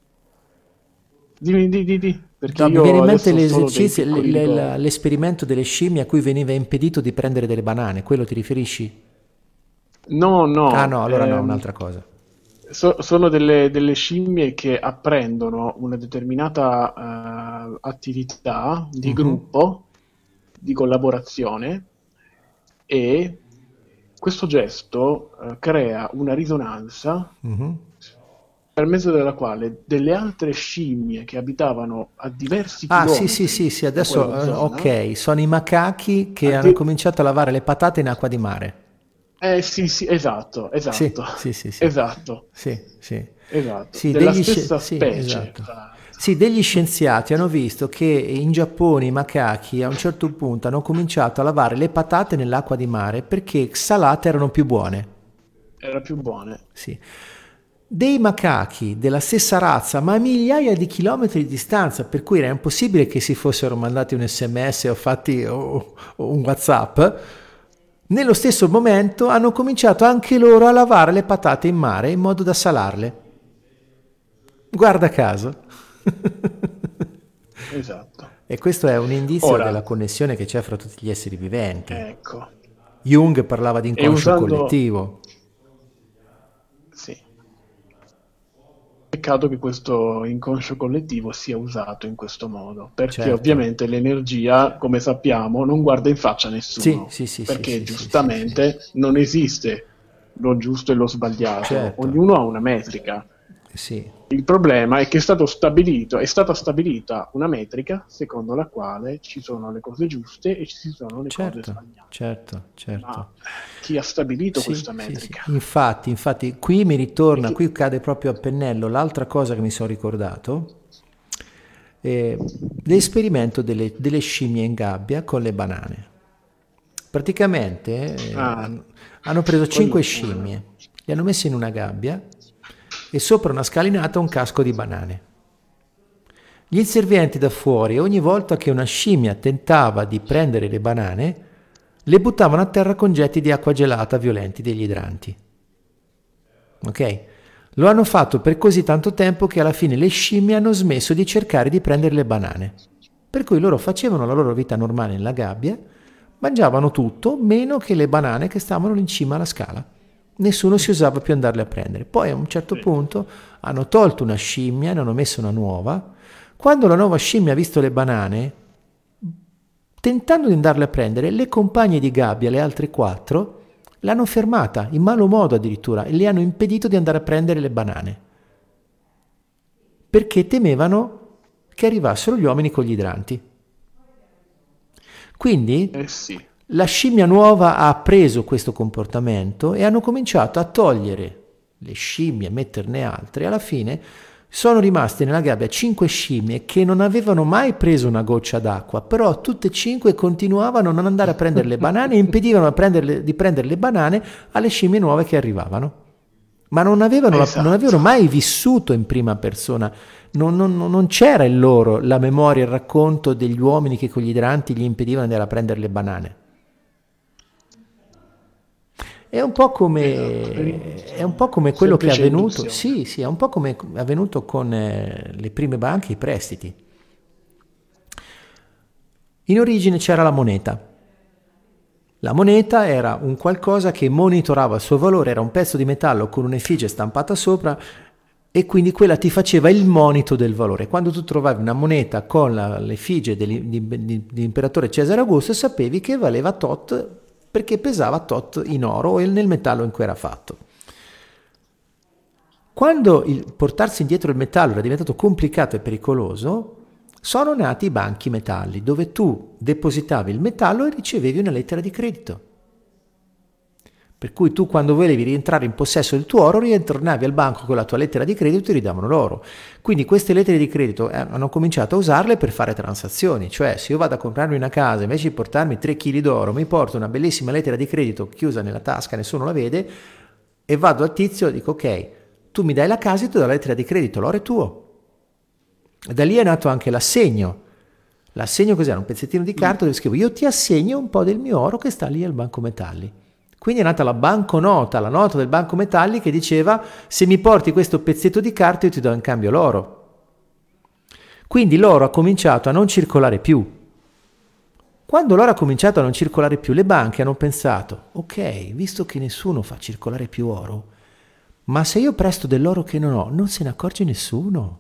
[SPEAKER 2] Di. Perché
[SPEAKER 1] mi viene in mente
[SPEAKER 2] l'esercizio,
[SPEAKER 1] l'esperimento delle scimmie a cui veniva impedito di prendere delle banane, quello ti riferisci?
[SPEAKER 2] No.
[SPEAKER 1] Ah no, allora no, un'altra cosa.
[SPEAKER 2] Sono delle scimmie che apprendono una determinata attività di gruppo, di collaborazione, e questo gesto crea una risonanza per mezzo della quale delle altre scimmie che abitavano a diversi chilometri...
[SPEAKER 1] Sì, adesso ok, sono i macachi che hanno cominciato a lavare le patate in acqua di mare.
[SPEAKER 2] Sì, esatto.
[SPEAKER 1] Sì.
[SPEAKER 2] Esatto.
[SPEAKER 1] Sì,
[SPEAKER 2] della stessa specie.
[SPEAKER 1] Esatto. Sì, degli scienziati hanno visto che in Giappone i macachi a un certo punto hanno cominciato a lavare le patate nell'acqua di mare perché salate erano più buone. Sì. Dei macachi della stessa razza, ma a migliaia di chilometri di distanza, per cui era impossibile che si fossero mandati un SMS o fatti o un WhatsApp, nello stesso momento hanno cominciato anche loro a lavare le patate in mare in modo da salarle. Guarda caso.
[SPEAKER 2] Esatto.
[SPEAKER 1] E questo è un indizio della connessione che c'è fra tutti gli esseri viventi.
[SPEAKER 2] Ecco.
[SPEAKER 1] Jung parlava di inconscio collettivo.
[SPEAKER 2] Sì. Peccato che questo inconscio collettivo sia usato in questo modo, perché ovviamente l'energia, come sappiamo, non guarda in faccia a nessuno, perché giustamente non esiste lo giusto e lo sbagliato, ognuno ha una metrica. Il problema è che è stata stabilita una metrica secondo la quale ci sono le cose giuste e ci sono le cose sbagliate.
[SPEAKER 1] Certo.
[SPEAKER 2] Ma chi ha stabilito questa metrica?
[SPEAKER 1] Infatti, qui mi ritorna, qui cade proprio a pennello l'altra cosa che mi sono ricordato, l'esperimento delle scimmie in gabbia con le banane. Praticamente hanno preso 5 scimmie, le hanno messe in una gabbia e sopra una scalinata un casco di banane. Gli inservienti da fuori, ogni volta che una scimmia tentava di prendere le banane, le buttavano a terra con getti di acqua gelata violenti degli idranti. Ok? Lo hanno fatto per così tanto tempo che alla fine le scimmie hanno smesso di cercare di prendere le banane. Per cui loro facevano la loro vita normale nella gabbia, mangiavano tutto meno che le banane che stavano in cima alla scala. Nessuno si osava più andarle a prendere. Poi a un certo punto hanno tolto una scimmia, ne hanno messo una nuova. Quando la nuova scimmia ha visto le banane, tentando di andarle a prendere, le compagne di gabbia, le altre 4, l'hanno fermata, in malo modo addirittura, e le hanno impedito di andare a prendere le banane. Perché temevano che arrivassero gli uomini con gli idranti. Quindi la scimmia nuova ha appreso questo comportamento e hanno cominciato a togliere le scimmie, metterne altre. Alla fine sono rimaste nella gabbia 5 scimmie che non avevano mai preso una goccia d'acqua, però tutte e 5 continuavano a non andare a prendere le banane e impedivano di prendere le banane alle scimmie nuove che arrivavano. ma non avevano,
[SPEAKER 2] Esatto.
[SPEAKER 1] non avevano mai vissuto in prima persona, non c'era in loro la memoria, il racconto degli uomini che con gli idranti gli impedivano di andare a prendere le banane. È un po' come, è un po' come quello che è
[SPEAKER 2] Semplice
[SPEAKER 1] avvenuto,
[SPEAKER 2] induzione.
[SPEAKER 1] sì, sì, è un po' come è avvenuto con le prime banche, i prestiti. In origine c'era la moneta. La moneta era un qualcosa che monitorava il suo valore, era un pezzo di metallo con un'effigie stampata sopra e quindi quella ti faceva il monito del valore. Quando tu trovavi una moneta con l'effigie dell'imperatore Cesare Augusto sapevi che valeva tot perché pesava tot in oro o nel metallo in cui era fatto. Quando portarsi indietro il metallo era diventato complicato e pericoloso, sono nati i banchi metalli, dove tu depositavi il metallo e ricevevi una lettera di credito. Per cui tu quando volevi rientrare in possesso del tuo oro, ritornavi al banco con la tua lettera di credito e ti ridavano l'oro. Quindi queste lettere di credito hanno cominciato a usarle per fare transazioni, cioè se io vado a comprarmi una casa, invece di portarmi 3 kg d'oro, mi porto una bellissima lettera di credito chiusa nella tasca, nessuno la vede, e vado al tizio e dico ok, tu mi dai la casa e ti do la lettera di credito, l'oro è tuo. E da lì è nato anche l'assegno. L'assegno cos'era? Un pezzettino di carta dove scrivo io ti assegno un po' del mio oro che sta lì al banco metalli. Quindi è nata la banconota, la nota del banco metalli che diceva se mi porti questo pezzetto di carta io ti do in cambio l'oro. Quindi l'oro ha cominciato a non circolare più. Quando l'oro ha cominciato a non circolare più, le banche hanno pensato, ok, visto che nessuno fa circolare più oro, ma se io presto dell'oro che non ho, non se ne accorge nessuno.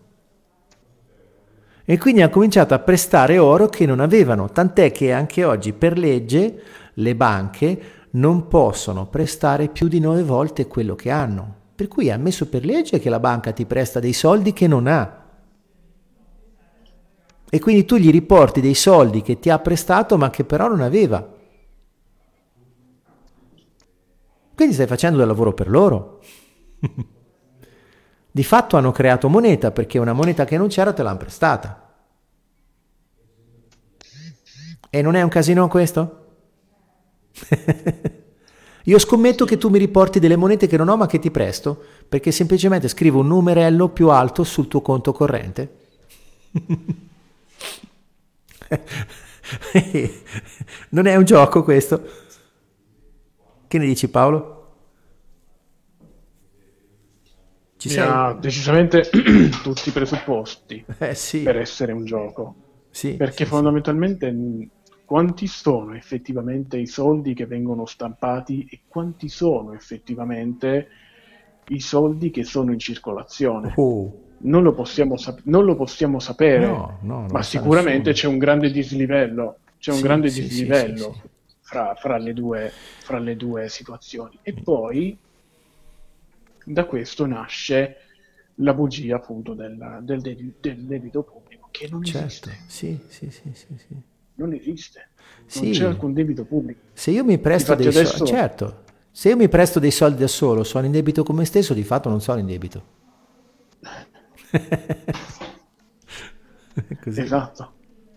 [SPEAKER 1] E quindi ha cominciato a prestare oro che non avevano, tant'è che anche oggi per legge le banche non possono prestare più di 9 volte quello che hanno. Per cui è ammesso per legge che la banca ti presta dei soldi che non ha. E quindi tu gli riporti dei soldi che ti ha prestato ma che però non aveva. Quindi stai facendo del lavoro per loro. Di fatto hanno creato moneta perché una moneta che non c'era te l'hanno prestata. E non è un casino questo? Io scommetto che tu mi riporti delle monete che non ho ma che ti presto perché semplicemente scrivo un numerello più alto sul tuo conto corrente. Non è un gioco questo? Che ne dici Paolo? Ci
[SPEAKER 2] Mi
[SPEAKER 1] sei?
[SPEAKER 2] ha decisamente tutti i presupposti
[SPEAKER 1] Sì,
[SPEAKER 2] per essere un gioco,
[SPEAKER 1] sì,
[SPEAKER 2] perché
[SPEAKER 1] sì, sì.
[SPEAKER 2] fondamentalmente quanti sono effettivamente i soldi che vengono stampati e quanti sono effettivamente i soldi che sono in circolazione?
[SPEAKER 1] Oh,
[SPEAKER 2] Non lo possiamo sapere,
[SPEAKER 1] no, no, non
[SPEAKER 2] ma
[SPEAKER 1] lo sa
[SPEAKER 2] sicuramente
[SPEAKER 1] nessuno.
[SPEAKER 2] c'è un grande dislivello,
[SPEAKER 1] Sì, sì, sì, sì, sì.
[SPEAKER 2] fra le due situazioni. E poi da questo nasce la bugia appunto del debito pubblico, che non
[SPEAKER 1] Certo,
[SPEAKER 2] esiste,
[SPEAKER 1] sì, sì, sì, sì, sì.
[SPEAKER 2] non esiste, non c'è
[SPEAKER 1] Sì,
[SPEAKER 2] alcun debito pubblico.
[SPEAKER 1] se io mi presto
[SPEAKER 2] Difatti
[SPEAKER 1] dei soldi,
[SPEAKER 2] adesso,
[SPEAKER 1] certo, se io mi presto dei soldi da solo, sono in debito con me stesso, di fatto non sono in debito. È così.
[SPEAKER 2] esatto,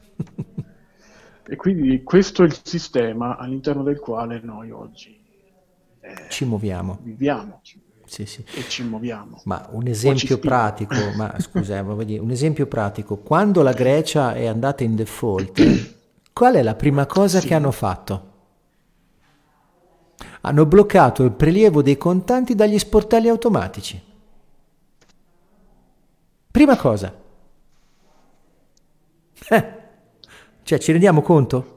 [SPEAKER 2] e quindi questo è il sistema all'interno del quale noi oggi
[SPEAKER 1] Ci muoviamo.
[SPEAKER 2] viviamo
[SPEAKER 1] Sì, sì.
[SPEAKER 2] e ci muoviamo,
[SPEAKER 1] Ma un
[SPEAKER 2] o ci
[SPEAKER 1] esempio
[SPEAKER 2] spingono.
[SPEAKER 1] pratico, ma scusa, voglio dire, un esempio pratico, quando la Grecia è andata in default, qual è la prima cosa che hanno
[SPEAKER 2] Sì,
[SPEAKER 1] fatto? Hanno bloccato il prelievo dei contanti dagli sportelli automatici. Prima cosa. Cioè, ci rendiamo conto?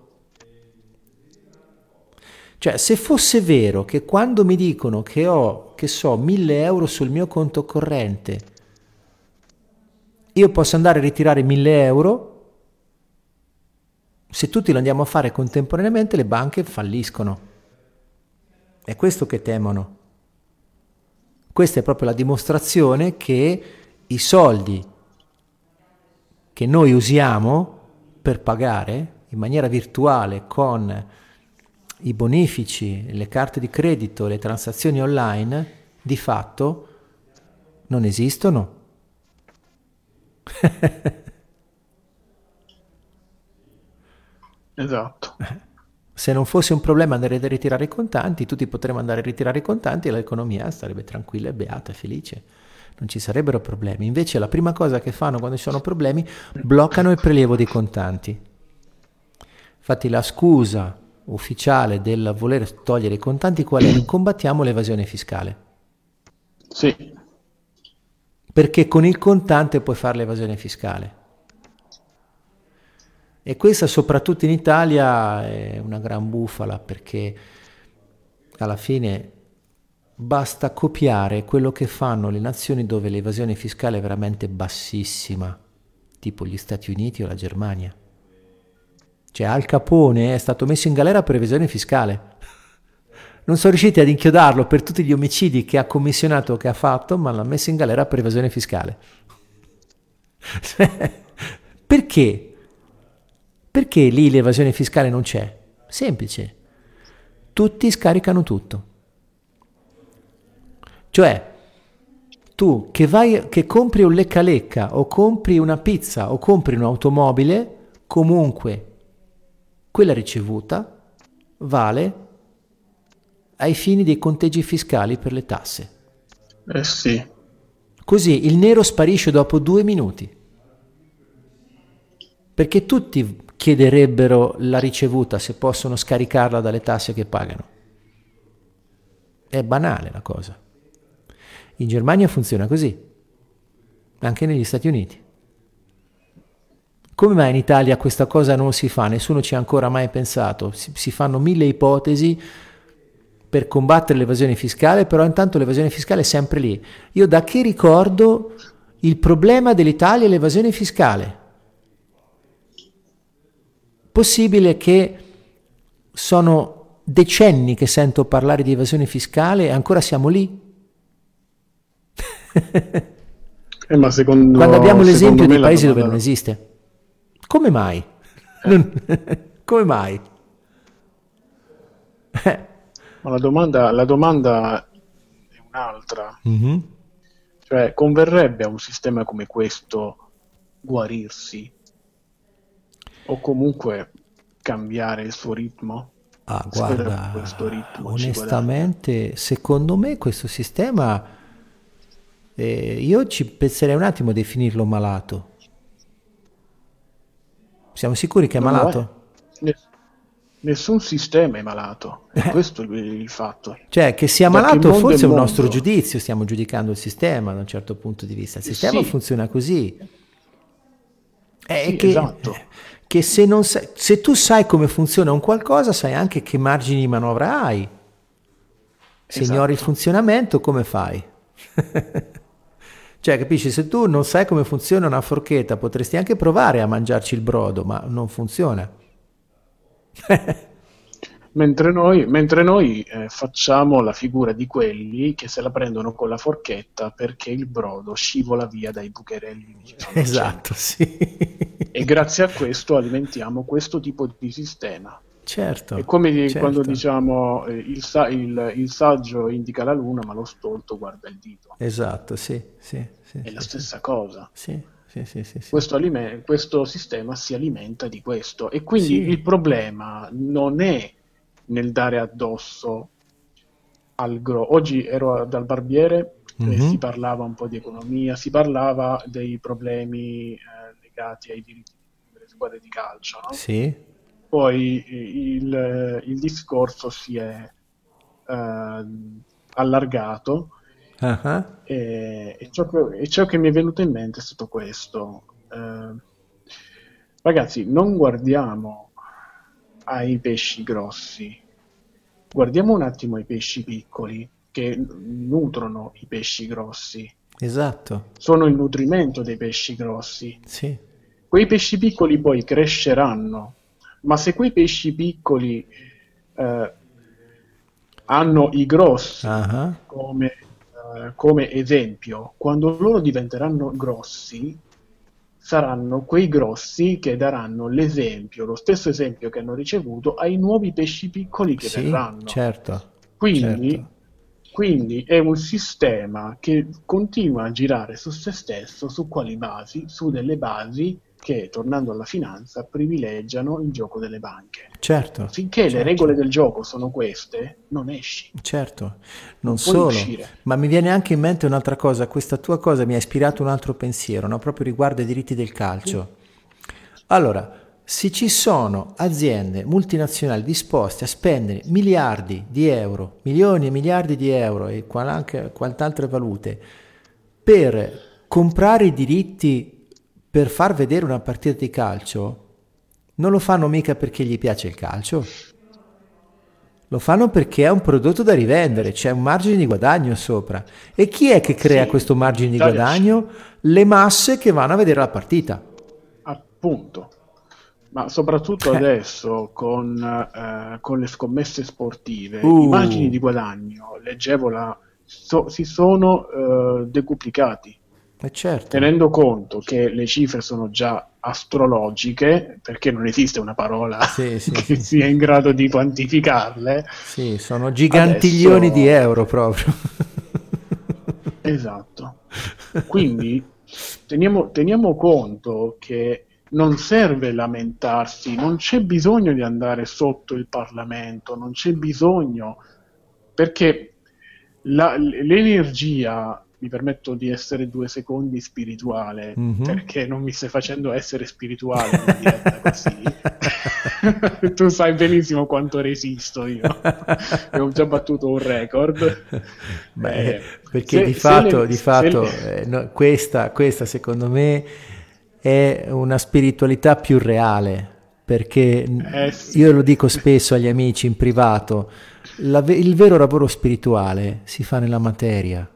[SPEAKER 1] Cioè, se fosse vero che quando mi dicono che ho, che so, 1000 euro sul mio conto corrente, io posso andare a ritirare 1000 euro, se tutti lo andiamo a fare contemporaneamente, le banche falliscono. È questo che temono. Questa è proprio la dimostrazione che i soldi che noi usiamo per pagare in maniera virtuale con i bonifici, le carte di credito, le transazioni online, di fatto non esistono.
[SPEAKER 2] esatto.
[SPEAKER 1] Se non fosse un problema andare a ritirare i contanti, tutti potremmo andare a ritirare i contanti e l'economia sarebbe tranquilla e beata e felice. Non ci sarebbero problemi. Invece la prima cosa che fanno quando ci sono problemi, bloccano il prelievo dei contanti. Infatti la scusa ufficiale del voler togliere i contanti qual è? Combattiamo l'evasione fiscale.
[SPEAKER 2] Sì,
[SPEAKER 1] Perché con il contante puoi fare l'evasione fiscale. E questa soprattutto in Italia è una gran bufala perché alla fine basta copiare quello che fanno le nazioni dove l'evasione fiscale è veramente bassissima, tipo gli Stati Uniti o la Germania. Cioè Al Capone è stato messo in galera per evasione fiscale. Non sono riusciti ad inchiodarlo per tutti gli omicidi che ha commissionato, che ha fatto, ma l'ha messo in galera per evasione fiscale. Perché? Perché lì l'evasione fiscale non c'è? Semplice. Tutti scaricano tutto. Cioè, tu che compri un lecca lecca o compri una pizza o compri un'automobile, comunque quella ricevuta vale ai fini dei conteggi fiscali per le tasse.
[SPEAKER 2] eh sì.
[SPEAKER 1] Così il nero sparisce dopo 2 minuti. Perché tutti chiederebbero la ricevuta se possono scaricarla dalle tasse che pagano. È banale la cosa. In Germania funziona così, anche negli Stati Uniti. Come mai in Italia questa cosa non si fa? Nessuno ci ha ancora mai pensato. Si fanno 1000 ipotesi per combattere l'evasione fiscale, però intanto l'evasione fiscale è sempre lì. Io da che ricordo il problema dell'Italia è l'evasione fiscale. Possibile che sono decenni che sento parlare di evasione fiscale e ancora siamo lì?
[SPEAKER 2] Ma
[SPEAKER 1] Quando abbiamo l'esempio
[SPEAKER 2] me
[SPEAKER 1] di paesi dove
[SPEAKER 2] domanda...
[SPEAKER 1] non esiste. Come mai? Come mai?
[SPEAKER 2] Ma la domanda è un'altra.
[SPEAKER 1] Mm-hmm.
[SPEAKER 2] Cioè, converrebbe a un sistema come questo guarirsi o comunque cambiare il suo ritmo?
[SPEAKER 1] Ah,
[SPEAKER 2] Se questo
[SPEAKER 1] guarda,
[SPEAKER 2] ritmo ci guadagna.
[SPEAKER 1] onestamente, secondo me questo sistema, io ci penserei un attimo a definirlo malato. Siamo sicuri che è
[SPEAKER 2] Non lo è.
[SPEAKER 1] malato?
[SPEAKER 2] Ness- Nessun sistema è malato, è questo il fatto.
[SPEAKER 1] Cioè, che sia
[SPEAKER 2] Da che
[SPEAKER 1] malato
[SPEAKER 2] mondo è
[SPEAKER 1] forse è un nostro
[SPEAKER 2] mondo?
[SPEAKER 1] giudizio, stiamo giudicando il sistema da un certo punto di vista. Il sistema
[SPEAKER 2] Sì,
[SPEAKER 1] funziona così. È
[SPEAKER 2] sì, esatto.
[SPEAKER 1] che se, non sai, se tu sai come funziona un qualcosa, sai anche che margini di manovra hai. Se ignori il
[SPEAKER 2] Esatto.
[SPEAKER 1] funzionamento, come fai? Cioè, capisci, se tu non sai come funziona una forchetta, potresti anche provare a mangiarci il brodo, ma non funziona.
[SPEAKER 2] Mentre noi facciamo la figura di quelli che se la prendono con la forchetta perché il brodo scivola via dai bucherelli che ci sono al
[SPEAKER 1] Esatto,
[SPEAKER 2] centro.
[SPEAKER 1] sì.
[SPEAKER 2] E grazie a questo alimentiamo questo tipo di sistema. È
[SPEAKER 1] Certo,
[SPEAKER 2] come quando
[SPEAKER 1] certo.
[SPEAKER 2] diciamo il saggio indica la luna, ma lo stolto guarda il dito.
[SPEAKER 1] Esatto, sì, sì, sì,
[SPEAKER 2] È la
[SPEAKER 1] sì, sì.
[SPEAKER 2] stessa cosa.
[SPEAKER 1] Sì, sì, sì, sì, sì.
[SPEAKER 2] Questo sistema si alimenta di questo. E quindi
[SPEAKER 1] Sì.
[SPEAKER 2] il problema non è nel dare addosso oggi ero dal barbiere e si
[SPEAKER 1] Mhm.
[SPEAKER 2] parlava un po' di economia, si parlava dei problemi legati ai diritti delle squadre di calcio, no?
[SPEAKER 1] Sì.
[SPEAKER 2] Poi il discorso si è allargato
[SPEAKER 1] Ah ah.
[SPEAKER 2] e ciò che mi è venuto in mente è stato questo. Ragazzi, non guardiamo ai pesci grossi, guardiamo un attimo ai pesci piccoli che nutrono i pesci grossi,
[SPEAKER 1] Esatto.
[SPEAKER 2] sono il nutrimento dei pesci grossi.
[SPEAKER 1] Sì.
[SPEAKER 2] Quei pesci piccoli poi cresceranno, ma se quei pesci piccoli eh, hanno i grossi
[SPEAKER 1] Ah ah.
[SPEAKER 2] come esempio, quando loro diventeranno grossi, saranno quei grossi che daranno l'esempio, lo stesso esempio che hanno ricevuto ai nuovi pesci piccoli che
[SPEAKER 1] Sì,
[SPEAKER 2] verranno.
[SPEAKER 1] certo,
[SPEAKER 2] Quindi,
[SPEAKER 1] certo.
[SPEAKER 2] quindi è un sistema che continua a girare su se stesso, su quali basi? Su delle basi che, tornando alla finanza, privilegiano il gioco delle banche.
[SPEAKER 1] Certo,
[SPEAKER 2] Finché le
[SPEAKER 1] certo.
[SPEAKER 2] regole del gioco sono queste, non esci,
[SPEAKER 1] Certo, non
[SPEAKER 2] non puoi
[SPEAKER 1] solo,
[SPEAKER 2] uscire.
[SPEAKER 1] ma mi viene anche in mente un'altra cosa, questa tua cosa mi ha ispirato un altro pensiero, no? Proprio riguardo ai diritti del
[SPEAKER 2] Sì,
[SPEAKER 1] calcio. Allora, se ci sono aziende multinazionali disposte a spendere miliardi di euro, milioni e miliardi di euro e anche quante altre valute per comprare i diritti per far vedere una partita di calcio, non lo fanno mica perché gli piace il calcio. Lo fanno perché è un prodotto da rivendere, c'è un margine di guadagno sopra. E chi è che crea
[SPEAKER 2] sì,
[SPEAKER 1] questo
[SPEAKER 2] in
[SPEAKER 1] margine di
[SPEAKER 2] Italia
[SPEAKER 1] guadagno? Le masse che vanno a vedere la partita.
[SPEAKER 2] appunto, ma soprattutto
[SPEAKER 1] Eh,
[SPEAKER 2] adesso con le scommesse sportive, i margini di guadagno, leggevo si sono decuplicati,
[SPEAKER 1] certo.
[SPEAKER 2] tenendo conto che le cifre sono già astrologiche, perché non esiste una parola
[SPEAKER 1] Sì, sì,
[SPEAKER 2] che
[SPEAKER 1] sì, sì.
[SPEAKER 2] sia in grado di quantificarle.
[SPEAKER 1] Sì, sono gigantiglioni di
[SPEAKER 2] Adesso,
[SPEAKER 1] euro proprio.
[SPEAKER 2] esatto. Quindi teniamo conto che non serve lamentarsi, non c'è bisogno di andare sotto il Parlamento, non c'è bisogno, perché l'energia, mi permetto di essere 2 secondi spirituale,
[SPEAKER 1] Mhm.
[SPEAKER 2] perché non mi stai facendo essere spirituale in una diretta così. Tu sai benissimo quanto resisto io, e ho già battuto un record.
[SPEAKER 1] Beh, perché
[SPEAKER 2] Se, se le,
[SPEAKER 1] di
[SPEAKER 2] se le-
[SPEAKER 1] fatto no, questa secondo me è una spiritualità più reale, perché io
[SPEAKER 2] sì,
[SPEAKER 1] lo dico spesso agli amici in privato, il vero lavoro spirituale si fa nella materia.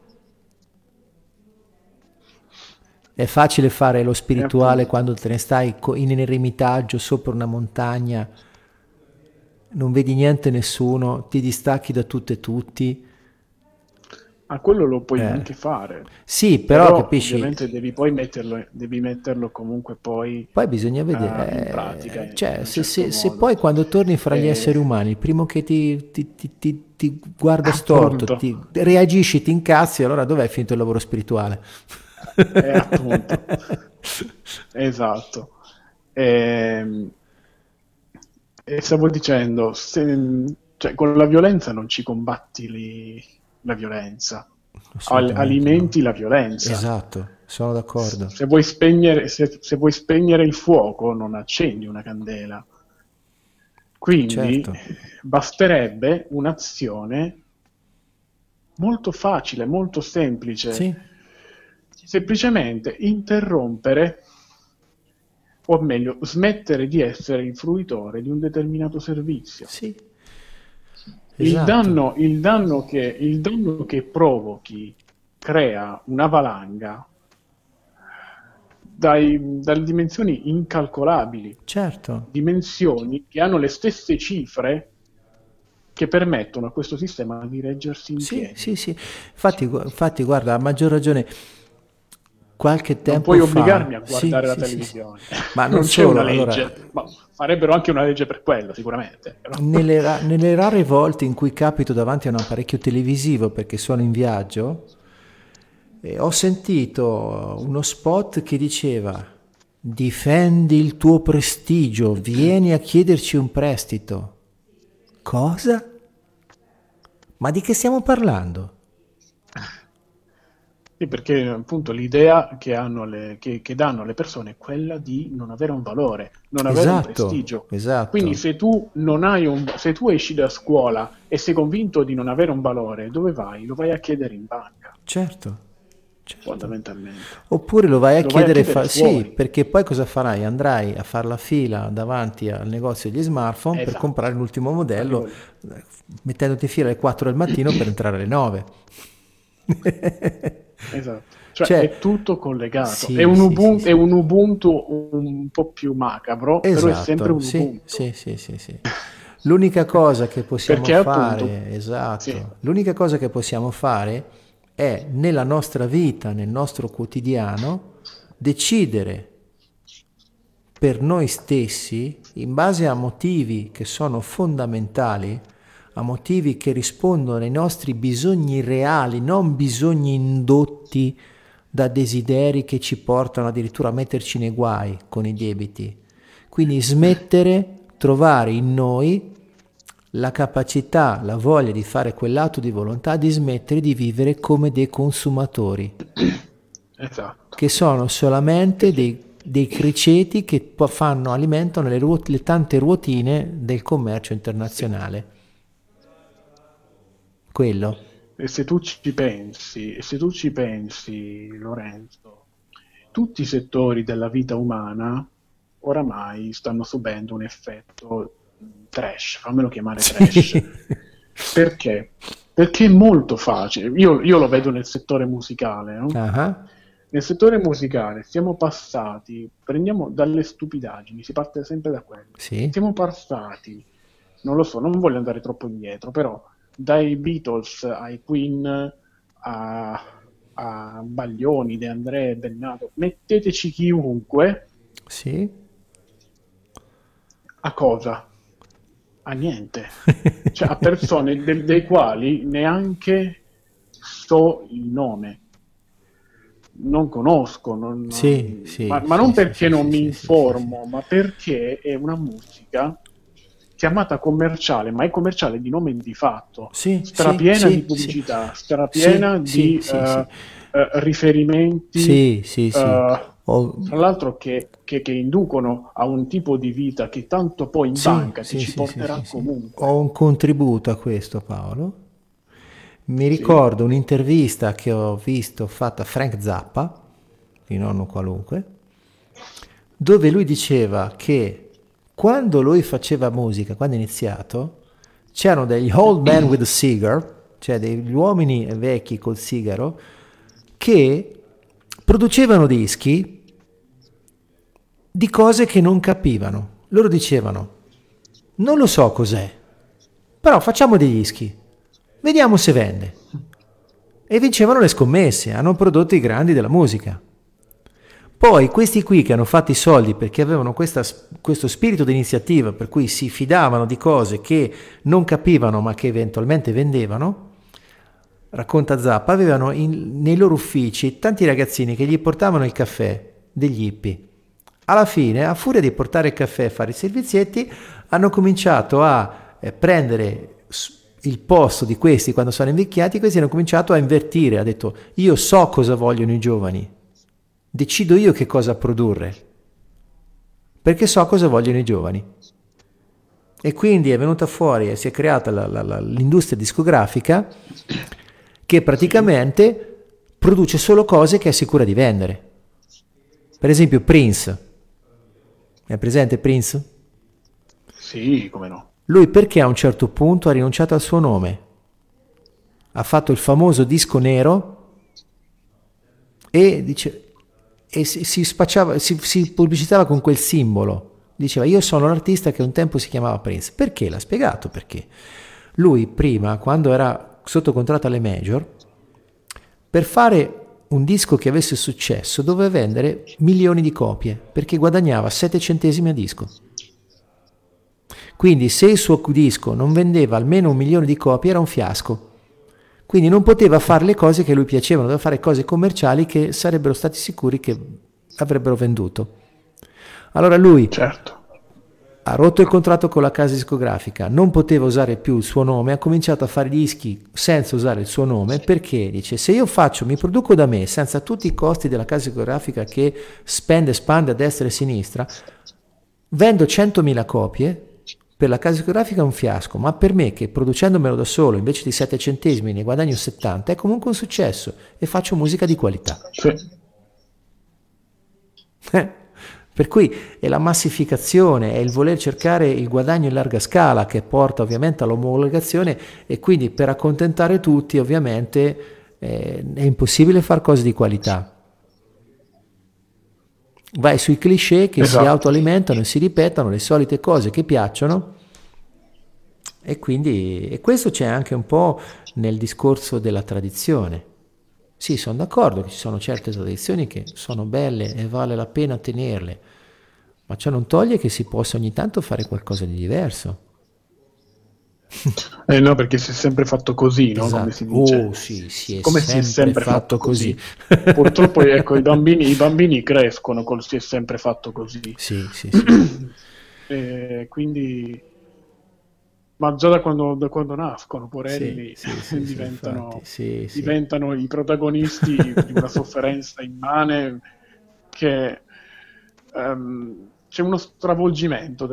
[SPEAKER 1] È facile fare lo
[SPEAKER 2] è
[SPEAKER 1] spirituale
[SPEAKER 2] appunto.
[SPEAKER 1] quando te ne stai in eremitaggio sopra una montagna, non vedi niente nessuno, ti distacchi da tutto e tutti.
[SPEAKER 2] A quello lo puoi
[SPEAKER 1] Eh.
[SPEAKER 2] anche fare,
[SPEAKER 1] Sì, però
[SPEAKER 2] però
[SPEAKER 1] capisci,
[SPEAKER 2] ovviamente devi metterlo comunque poi
[SPEAKER 1] poi bisogna
[SPEAKER 2] in pratica
[SPEAKER 1] vedere,
[SPEAKER 2] in
[SPEAKER 1] cioè
[SPEAKER 2] un certo
[SPEAKER 1] se
[SPEAKER 2] modo.
[SPEAKER 1] poi quando torni fra gli
[SPEAKER 2] E,
[SPEAKER 1] esseri umani, il primo che ti guarda storto,
[SPEAKER 2] appunto,
[SPEAKER 1] ti reagisci, ti incazzi, allora dov'è finito il lavoro spirituale?
[SPEAKER 2] appunto, esatto. E, e stavo dicendo, cioè, con la violenza non ci combatti la violenza,
[SPEAKER 1] Assolutamente no.
[SPEAKER 2] alimenti la violenza.
[SPEAKER 1] Esatto, sono d'accordo.
[SPEAKER 2] Se vuoi spegnere il fuoco, non accendi una candela. Quindi
[SPEAKER 1] Certo.
[SPEAKER 2] basterebbe un'azione molto facile, molto semplice,
[SPEAKER 1] Sì,
[SPEAKER 2] semplicemente interrompere, o meglio, smettere di essere il fruitore di un determinato servizio.
[SPEAKER 1] sì,
[SPEAKER 2] Il
[SPEAKER 1] esatto.
[SPEAKER 2] danno, il danno che provochi crea una valanga dalle dimensioni incalcolabili,
[SPEAKER 1] Certo.
[SPEAKER 2] dimensioni che hanno le stesse cifre che permettono a questo sistema di reggersi in
[SPEAKER 1] Sì,
[SPEAKER 2] piedi.
[SPEAKER 1] sì, sì. Infatti, guarda, a maggior ragione, qualche
[SPEAKER 2] Non
[SPEAKER 1] tempo
[SPEAKER 2] puoi obbligarmi
[SPEAKER 1] fa,
[SPEAKER 2] a
[SPEAKER 1] sì,
[SPEAKER 2] guardare la
[SPEAKER 1] sì, sì, sì.
[SPEAKER 2] televisione.
[SPEAKER 1] Ma non
[SPEAKER 2] Non c'è una
[SPEAKER 1] solo, allora,
[SPEAKER 2] legge, ma farebbero anche una legge per quello, sicuramente. Però.
[SPEAKER 1] nelle rare volte in cui capito davanti a un apparecchio televisivo perché sono in viaggio, ho sentito uno spot che diceva: difendi il tuo prestigio, vieni a chiederci un prestito. Cosa? Ma di che stiamo parlando?
[SPEAKER 2] Sì, perché appunto l'idea che danno le persone è quella di non avere un valore, non avere un
[SPEAKER 1] Esatto,
[SPEAKER 2] prestigio. Quindi
[SPEAKER 1] esatto.
[SPEAKER 2] se tu esci da scuola e sei convinto di non avere un valore, dove vai? Lo vai a chiedere in banca,
[SPEAKER 1] Certo, certo.
[SPEAKER 2] fondamentalmente.
[SPEAKER 1] Oppure lo vai a
[SPEAKER 2] Lo vai a
[SPEAKER 1] chiedere,
[SPEAKER 2] chiedere
[SPEAKER 1] sì,
[SPEAKER 2] fuori.
[SPEAKER 1] perché poi cosa farai? Andrai a fare la fila davanti al negozio degli smartphone per
[SPEAKER 2] Esatto,
[SPEAKER 1] comprare l'ultimo modello,
[SPEAKER 2] arrivo lì.
[SPEAKER 1] mettendoti in fila alle 4 del mattino per entrare alle 9.
[SPEAKER 2] Esatto, cioè
[SPEAKER 1] Cioè,
[SPEAKER 2] è tutto collegato.
[SPEAKER 1] sì, sì, sì,
[SPEAKER 2] È
[SPEAKER 1] sì.
[SPEAKER 2] un Ubuntu un po' più macabro, però è sempre
[SPEAKER 1] Esatto,
[SPEAKER 2] un
[SPEAKER 1] sì,
[SPEAKER 2] Ubuntu.
[SPEAKER 1] sì, sì, sì, sì. L'unica cosa che possiamo
[SPEAKER 2] Perché appunto,
[SPEAKER 1] fare,
[SPEAKER 2] sì,
[SPEAKER 1] esatto, l'unica cosa che possiamo fare è nella nostra vita, nel nostro quotidiano, decidere per noi stessi, in base a motivi che sono fondamentali, a motivi che rispondono ai nostri bisogni reali, non bisogni indotti da desideri che ci portano addirittura a metterci nei guai con i debiti. Quindi smettere, trovare in noi la capacità, la voglia di fare quell'atto di volontà di smettere di vivere come dei consumatori,
[SPEAKER 2] Esatto.
[SPEAKER 1] che sono solamente dei criceti che alimentano le tante ruotine del commercio internazionale. Quello.
[SPEAKER 2] E se tu ci pensi, Lorenzo, tutti i settori della vita umana oramai stanno subendo un effetto trash, fammelo chiamare trash.
[SPEAKER 1] Sì.
[SPEAKER 2] Perché? Perché è molto facile. Io lo vedo nel settore musicale, no?
[SPEAKER 1] Uh-huh.
[SPEAKER 2] Nel settore musicale siamo passati, prendiamo dalle stupidaggini, si parte sempre da quello.
[SPEAKER 1] Sì.
[SPEAKER 2] Siamo passati, non lo so, non voglio andare troppo indietro, però dai Beatles ai Queen a Baglioni, De André, Bennato, metteteci chiunque.
[SPEAKER 1] Sì.
[SPEAKER 2] A cosa? A niente. Cioè a persone dei quali neanche so il nome. Non conosco,
[SPEAKER 1] Sì,
[SPEAKER 2] ma non perché non mi informo, ma perché è una musica chiamata commerciale, ma è commerciale di nome e di fatto, strapiena di pubblicità, strapiena di riferimenti, tra l'altro che inducono a un tipo di vita che tanto poi in banca ci porterà comunque.
[SPEAKER 1] Ho un contributo a questo, Paolo. Mi ricordo un'intervista che ho visto fatta a Frank Zappa, di Nonno Qualunque, dove lui diceva che quando lui faceva musica, quando ha iniziato, c'erano degli old men with a cigar, cioè degli uomini vecchi col sigaro, che producevano dischi di cose che non capivano. Loro dicevano, non lo so cos'è, però facciamo dei dischi. Vediamo se vende. E vincevano le scommesse, hanno prodotto i grandi della musica. Poi questi qui che hanno fatto i soldi perché avevano questo spirito di iniziativa, per cui si fidavano di cose che non capivano ma che eventualmente vendevano, racconta Zappa, avevano nei loro uffici tanti ragazzini che gli portavano il caffè, degli hippie. Alla fine, a furia di portare il caffè e fare i servizietti, hanno cominciato a prendere il posto di questi quando sono invecchiati. Questi hanno cominciato a invertire, ha detto io so cosa vogliono i giovani, decido io che cosa produrre perché so cosa vogliono i giovani, e quindi è venuta fuori e si è creata l'industria discografica che praticamente produce solo cose che è sicura di vendere. Per esempio Prince, è presente Prince?
[SPEAKER 2] Sì, come no.
[SPEAKER 1] Lui perché a un certo punto ha rinunciato al suo nome? Ha fatto il famoso disco nero e si pubblicitava con quel simbolo. Diceva io sono l'artista che un tempo si chiamava Prince. Perché? L'ha spiegato perché. Lui prima, quando era sotto contratto alle major, per fare un disco che avesse successo doveva vendere milioni di copie perché guadagnava 7 centesimi a disco. Quindi se il suo disco non vendeva almeno 1 milione di copie era un fiasco. Quindi non poteva fare le cose che a lui piacevano, doveva fare cose commerciali che sarebbero stati sicuri che avrebbero venduto. Allora lui ha rotto il contratto con la casa discografica, non poteva usare più il suo nome, ha cominciato a fare dischi senza usare il suo nome perché dice se io mi produco da me senza tutti i costi della casa discografica che spende e spande a destra e a sinistra, vendo 100.000 copie. Per la casa discografica è un fiasco, ma per me che producendomelo da solo invece di 7 centesimi ne guadagno 70 è comunque un successo e faccio musica di qualità. Per cui è la massificazione, è il voler cercare il guadagno in larga scala che porta ovviamente all'omologazione, e quindi per accontentare tutti ovviamente è impossibile fare cose di qualità. Vai sui cliché che si autoalimentano e si ripetono le solite cose che piacciono, e quindi questo c'è anche un po' nel discorso della tradizione. Sì, sono d'accordo che ci sono certe tradizioni che sono belle e vale la pena tenerle, ma ciò non toglie che si possa ogni tanto fare qualcosa di diverso.
[SPEAKER 2] No, perché si è sempre fatto così, no? Come
[SPEAKER 1] Esatto.
[SPEAKER 2] si dice.
[SPEAKER 1] Oh sì, si è
[SPEAKER 2] Come si è
[SPEAKER 1] sempre
[SPEAKER 2] sempre
[SPEAKER 1] fatto
[SPEAKER 2] fatto
[SPEAKER 1] così.
[SPEAKER 2] così. Purtroppo, ecco, i bambini crescono col si è sempre fatto così.
[SPEAKER 1] Sì, sì, sì.
[SPEAKER 2] E quindi, ma già da quando nascono,
[SPEAKER 1] Sì,
[SPEAKER 2] porelli,
[SPEAKER 1] sì, sì, sì, infatti,
[SPEAKER 2] diventano,
[SPEAKER 1] sì, sì.
[SPEAKER 2] diventano i protagonisti di una sofferenza immane che c'è uno stravolgimento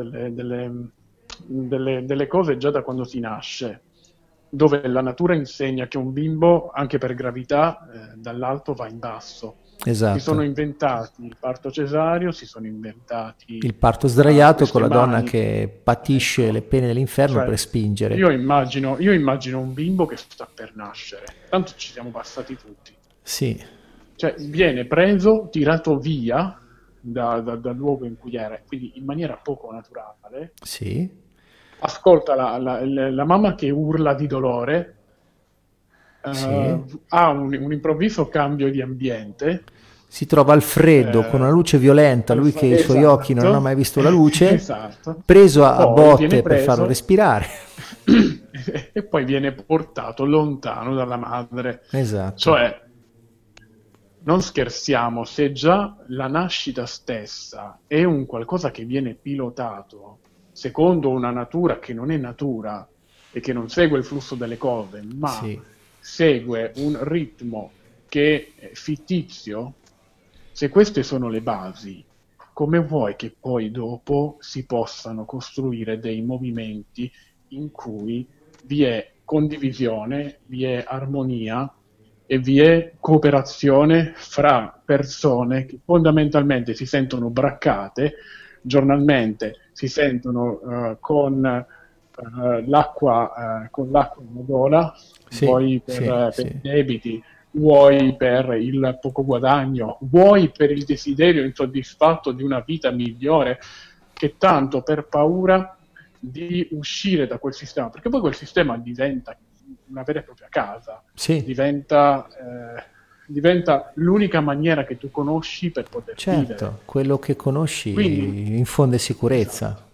[SPEAKER 2] delle cose già da quando si nasce, dove la natura insegna che un bimbo, anche per gravità, dall'alto va in basso. Si sono
[SPEAKER 1] Esatto.
[SPEAKER 2] inventati il parto cesareo, si sono inventati
[SPEAKER 1] Il parto sdraiato con
[SPEAKER 2] queste
[SPEAKER 1] la donna
[SPEAKER 2] mani.
[SPEAKER 1] che patisce le
[SPEAKER 2] Ecco,
[SPEAKER 1] pene dell'inferno
[SPEAKER 2] cioè,
[SPEAKER 1] per spingere.
[SPEAKER 2] io immagino un bimbo che sta per nascere, tanto ci siamo passati tutti.
[SPEAKER 1] Sì,
[SPEAKER 2] Cioè, viene preso, tirato via dal luogo in cui era, quindi in maniera poco naturale,
[SPEAKER 1] sì,
[SPEAKER 2] ascolta la mamma che urla di dolore,
[SPEAKER 1] sì.
[SPEAKER 2] ha un improvviso cambio di ambiente,
[SPEAKER 1] Si trova al freddo con una
[SPEAKER 2] eh,
[SPEAKER 1] luce violenta, lui che i suoi occhi non hanno
[SPEAKER 2] esatto,
[SPEAKER 1] mai visto la luce,
[SPEAKER 2] esatto,
[SPEAKER 1] preso a
[SPEAKER 2] poi viene
[SPEAKER 1] botte per farlo
[SPEAKER 2] preso
[SPEAKER 1] respirare.
[SPEAKER 2] e poi viene portato lontano dalla madre.
[SPEAKER 1] Esatto.
[SPEAKER 2] Cioè, non scherziamo, se già la nascita stessa è un qualcosa che viene pilotato secondo una natura che non è natura e che non segue il flusso delle cose, ma
[SPEAKER 1] Sì,
[SPEAKER 2] segue un ritmo che è fittizio, se queste sono le basi, come vuoi che poi dopo si possano costruire dei movimenti in cui vi è condivisione, vi è armonia e vi è cooperazione fra persone che fondamentalmente si sentono braccate giornalmente, si sentono con l'acqua in gola,
[SPEAKER 1] sì,
[SPEAKER 2] vuoi
[SPEAKER 1] sì,
[SPEAKER 2] per
[SPEAKER 1] sì.
[SPEAKER 2] i debiti, vuoi per il poco guadagno, vuoi per il desiderio insoddisfatto di una vita migliore, che tanto per paura di uscire da quel sistema, perché poi quel sistema diventa una vera e propria casa,
[SPEAKER 1] Sì,
[SPEAKER 2] diventa l'unica maniera che tu conosci per poter vivere.
[SPEAKER 1] certo, quello che
[SPEAKER 2] Quindi,
[SPEAKER 1] conosci infonde
[SPEAKER 2] esatto.
[SPEAKER 1] sicurezza.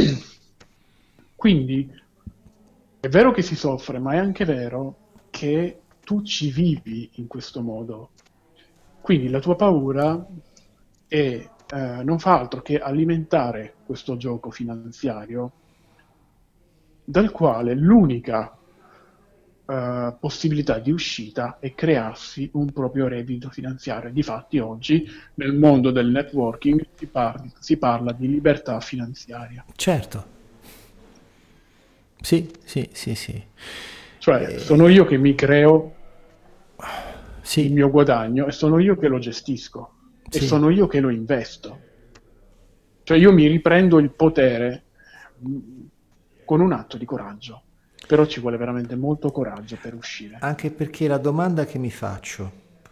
[SPEAKER 2] Quindi è vero che si soffre, ma è anche vero che tu ci vivi in questo modo. Quindi la tua paura non fa altro che alimentare questo gioco finanziario dal quale l'unica possibilità di uscita è crearsi un proprio reddito finanziario. Difatti oggi nel mondo del networking si parla di libertà finanziaria.
[SPEAKER 1] Certo, sì, sì, sì, sì.
[SPEAKER 2] Cioè sono io che mi creo il
[SPEAKER 1] Sì,
[SPEAKER 2] mio guadagno e sono io che lo gestisco e
[SPEAKER 1] sì.
[SPEAKER 2] sono io che lo investo. Cioè io mi riprendo il potere mh, con un atto di coraggio, però ci vuole veramente molto coraggio per uscire.
[SPEAKER 1] Anche perché la domanda che mi faccio,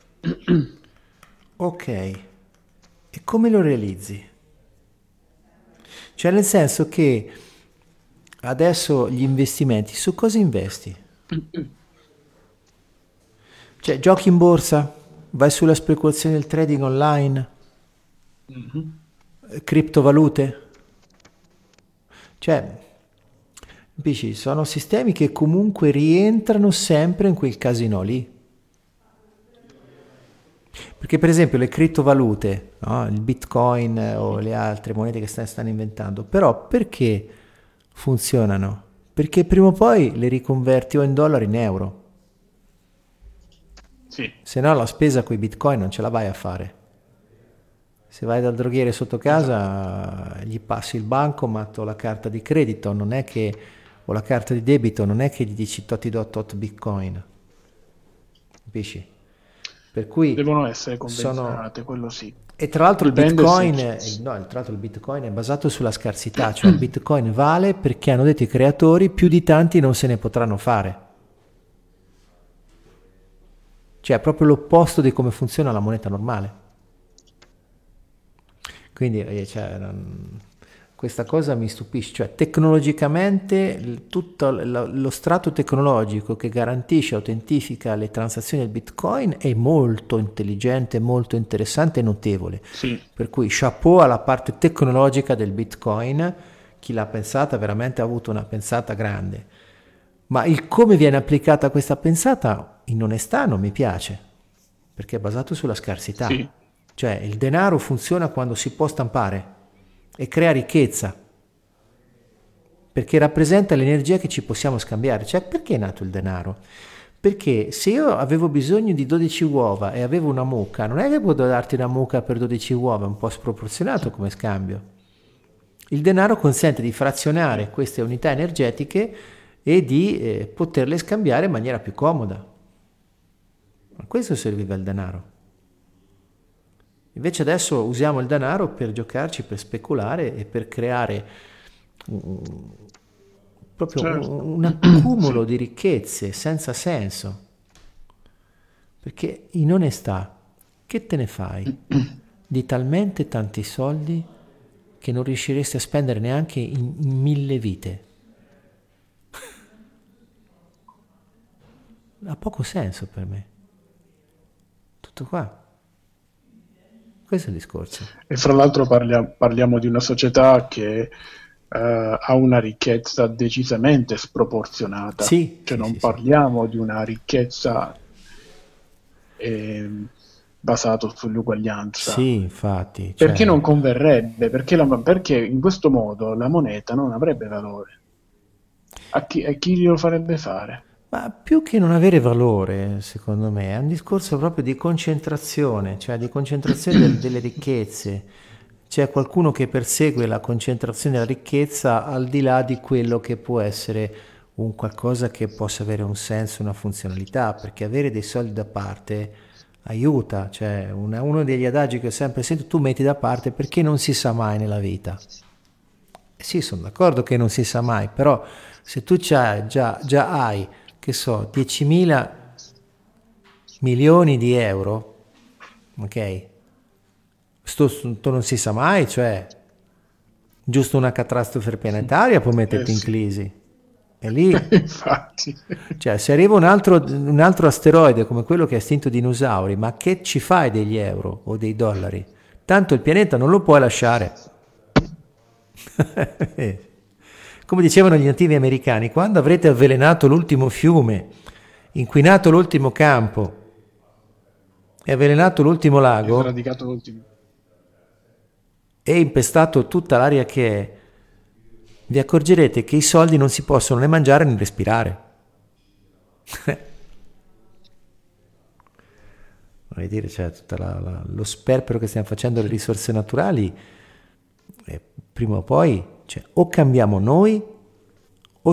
[SPEAKER 1] ok, e come lo realizzi? Cioè nel senso che adesso gli investimenti, su cosa investi? Cioè giochi in borsa, vai sulla speculazione del trading online,
[SPEAKER 2] Mhm.
[SPEAKER 1] criptovalute? Cioè, capisci, sono sistemi che comunque rientrano sempre in quel casino lì. Perché per esempio le criptovalute, no? Il Bitcoin o le altre monete che stanno inventando, però perché funzionano? Perché prima o poi le riconverti o in dollari o in euro.
[SPEAKER 2] Sì,
[SPEAKER 1] Se no la spesa con i Bitcoin non ce la vai a fare. Se vai dal droghiere sotto
[SPEAKER 2] esatto.
[SPEAKER 1] casa, gli passi il bancomat o la carta di credito, non è che, o la carta di debito, non è che gli dici ti do tot Bitcoin. Capisci? Per cui
[SPEAKER 2] Devono essere
[SPEAKER 1] sono.
[SPEAKER 2] convenzionate, quello sì.
[SPEAKER 1] E tra l'altro il
[SPEAKER 2] Dipende se...
[SPEAKER 1] Bitcoin, no, tra l'altro il Bitcoin è basato sulla scarsità, cioè il Bitcoin vale perché hanno detto i creatori più di tanti non se ne potranno fare. Cioè è proprio l'opposto di come funziona la moneta normale. Quindi cioè, questa cosa mi stupisce, cioè tecnologicamente tutto lo strato tecnologico che garantisce e autentifica le transazioni del Bitcoin è molto intelligente, molto interessante e notevole.
[SPEAKER 2] Sì,
[SPEAKER 1] Per cui chapeau alla parte tecnologica del Bitcoin, chi l'ha pensata veramente ha avuto una pensata grande. Ma il come viene applicata questa pensata in onestà non mi piace, perché è basato sulla scarsità.
[SPEAKER 2] Sì,
[SPEAKER 1] Cioè il denaro funziona quando si può stampare e crea ricchezza, perché rappresenta l'energia che ci possiamo scambiare. Cioè perché è nato il denaro? Perché se io avevo bisogno di 12 uova e avevo una mucca, non è che potevo darti una mucca per 12 uova, è un po' sproporzionato come scambio. Il denaro consente di frazionare queste unità energetiche e di poterle scambiare in maniera più comoda. A questo serviva il denaro. Invece adesso usiamo il denaro per giocarci, per speculare e per creare proprio
[SPEAKER 2] certo.
[SPEAKER 1] un accumulo
[SPEAKER 2] Sì.
[SPEAKER 1] di ricchezze senza senso. Perché in onestà, che te ne fai di talmente tanti soldi che non riusciresti a spendere neanche in 1000 vite? Ha poco senso per me. Tutto qua. Questo è il discorso.
[SPEAKER 2] E fra l'altro parliamo di una società che ha una ricchezza decisamente sproporzionata,
[SPEAKER 1] Sì,
[SPEAKER 2] cioè
[SPEAKER 1] sì,
[SPEAKER 2] non
[SPEAKER 1] sì, sì.
[SPEAKER 2] parliamo di una ricchezza eh, basata sull'uguaglianza.
[SPEAKER 1] Sì, infatti,
[SPEAKER 2] Perché non
[SPEAKER 1] cioè,
[SPEAKER 2] converrebbe? Perché in questo modo la moneta non avrebbe valore. A chi glielo farebbe fare?
[SPEAKER 1] ma più che non avere valore, secondo me, è un discorso proprio di concentrazione, cioè di concentrazione delle ricchezze. C'è qualcuno che persegue la concentrazione della ricchezza al di là di quello che può essere un qualcosa che possa avere un senso, una funzionalità, perché avere dei soldi da parte aiuta, cioè uno degli adagi che ho sempre sentito, tu metti da parte perché non si sa mai nella vita. Sì, sono d'accordo che non si sa mai, però se tu già hai, che so, 10.000 milioni di euro, ok? Sto non si sa mai, cioè giusto una catastrofe planetaria può metterti in
[SPEAKER 2] Sì,
[SPEAKER 1] crisi. E lì,
[SPEAKER 2] infatti.
[SPEAKER 1] cioè, se arriva un altro asteroide come quello che ha estinto i dinosauri, ma che ci fai degli euro o dei dollari? Tanto il pianeta non lo puoi lasciare. Come dicevano gli nativi americani, quando avrete avvelenato l'ultimo fiume, inquinato l'ultimo campo e avvelenato l'ultimo
[SPEAKER 2] È
[SPEAKER 1] lago
[SPEAKER 2] sradicato l'ultimo.
[SPEAKER 1] e impestato tutta l'aria che è, vi accorgerete che i soldi non si possono né mangiare né respirare. Voglio dire, cioè, tutto lo sperpero che stiamo facendo alle risorse naturali, prima o poi, cioè, o cambiamo noi o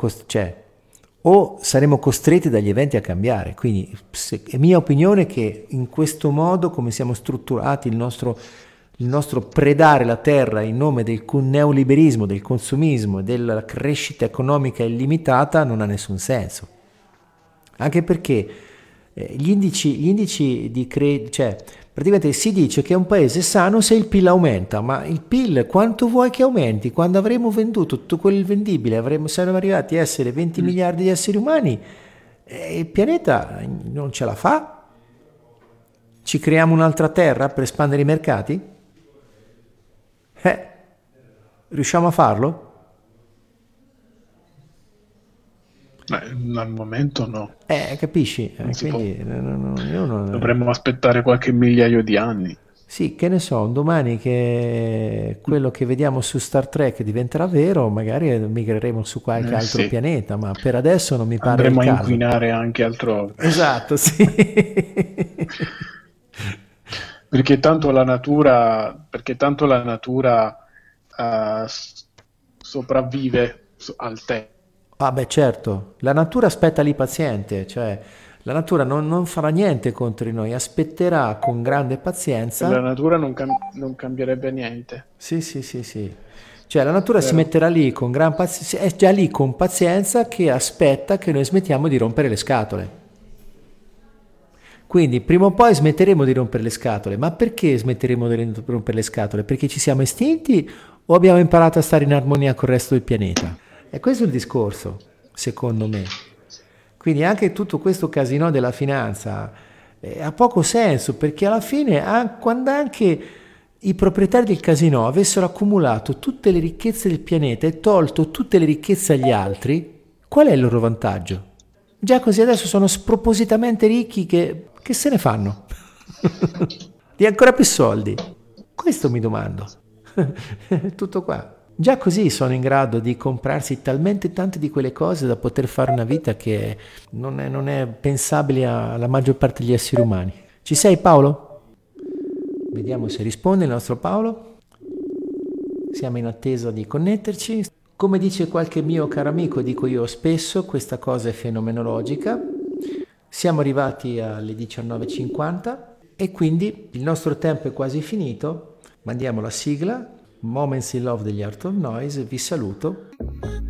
[SPEAKER 1] saremo costretti dagli eventi a cambiare. Quindi è mia opinione che in questo modo, come siamo strutturati, il nostro predare la terra in nome del neoliberismo, del consumismo e della crescita economica illimitata non ha nessun senso. Anche perché gli indici cioè praticamente si dice che è un paese sano se il PIL aumenta, ma il PIL quanto vuoi che aumenti? Quando avremo venduto tutto quel vendibile, saremo arrivati a essere 20
[SPEAKER 2] Mm.
[SPEAKER 1] miliardi di esseri umani, il pianeta non ce la fa? Ci creiamo un'altra terra per espandere i mercati? Eh, riusciamo a farlo?
[SPEAKER 2] Al momento no,
[SPEAKER 1] Capisci?
[SPEAKER 2] non si può.
[SPEAKER 1] Quindi io non.
[SPEAKER 2] Dovremmo aspettare qualche migliaio di anni.
[SPEAKER 1] Sì, che ne so, un domani che quello che vediamo su Star Trek diventerà vero, magari migreremo su qualche altro
[SPEAKER 2] Sì,
[SPEAKER 1] pianeta, ma per adesso non mi pare il
[SPEAKER 2] andremo a
[SPEAKER 1] caso.
[SPEAKER 2] inquinare anche altrove.
[SPEAKER 1] Esatto, sì.
[SPEAKER 2] Perché tanto la natura sopravvive al tempo.
[SPEAKER 1] Ah beh, certo, la natura aspetta lì paziente, cioè la natura non farà niente contro di noi, aspetterà con grande
[SPEAKER 2] Per la
[SPEAKER 1] pazienza.
[SPEAKER 2] natura non cambierebbe niente,
[SPEAKER 1] Sì, sì, sì, sì. Cioè la natura si
[SPEAKER 2] vero?
[SPEAKER 1] metterà lì con gran pazienza, è già lì con pazienza che aspetta che noi smettiamo di rompere le scatole. Quindi prima o poi smetteremo di rompere le scatole, ma perché smetteremo di rompere le scatole? Perché ci siamo estinti o abbiamo imparato a stare in armonia con il resto del pianeta? E questo è il discorso, secondo me. Quindi anche tutto questo casino della finanza ha poco senso, perché alla fine, quando anche i proprietari del casino avessero accumulato tutte le ricchezze del pianeta e tolto tutte le ricchezze agli altri, Qual è il loro vantaggio? Già così adesso sono spropositamente ricchi che se ne fanno? Di ancora più soldi? Questo mi domando. Tutto qua. Già così sono in grado di comprarsi talmente tante di quelle cose da poter fare una vita che non è pensabile alla maggior parte degli esseri umani. Ci sei, Paolo? Vediamo se risponde il nostro Paolo. Siamo in attesa di connetterci. Come dice qualche mio caro amico, dico io spesso, questa cosa è fenomenologica. Siamo arrivati alle 19:50 e quindi il nostro tempo è quasi finito. Mandiamo la sigla. Moments in Love degli Art of Noise. Vi saluto.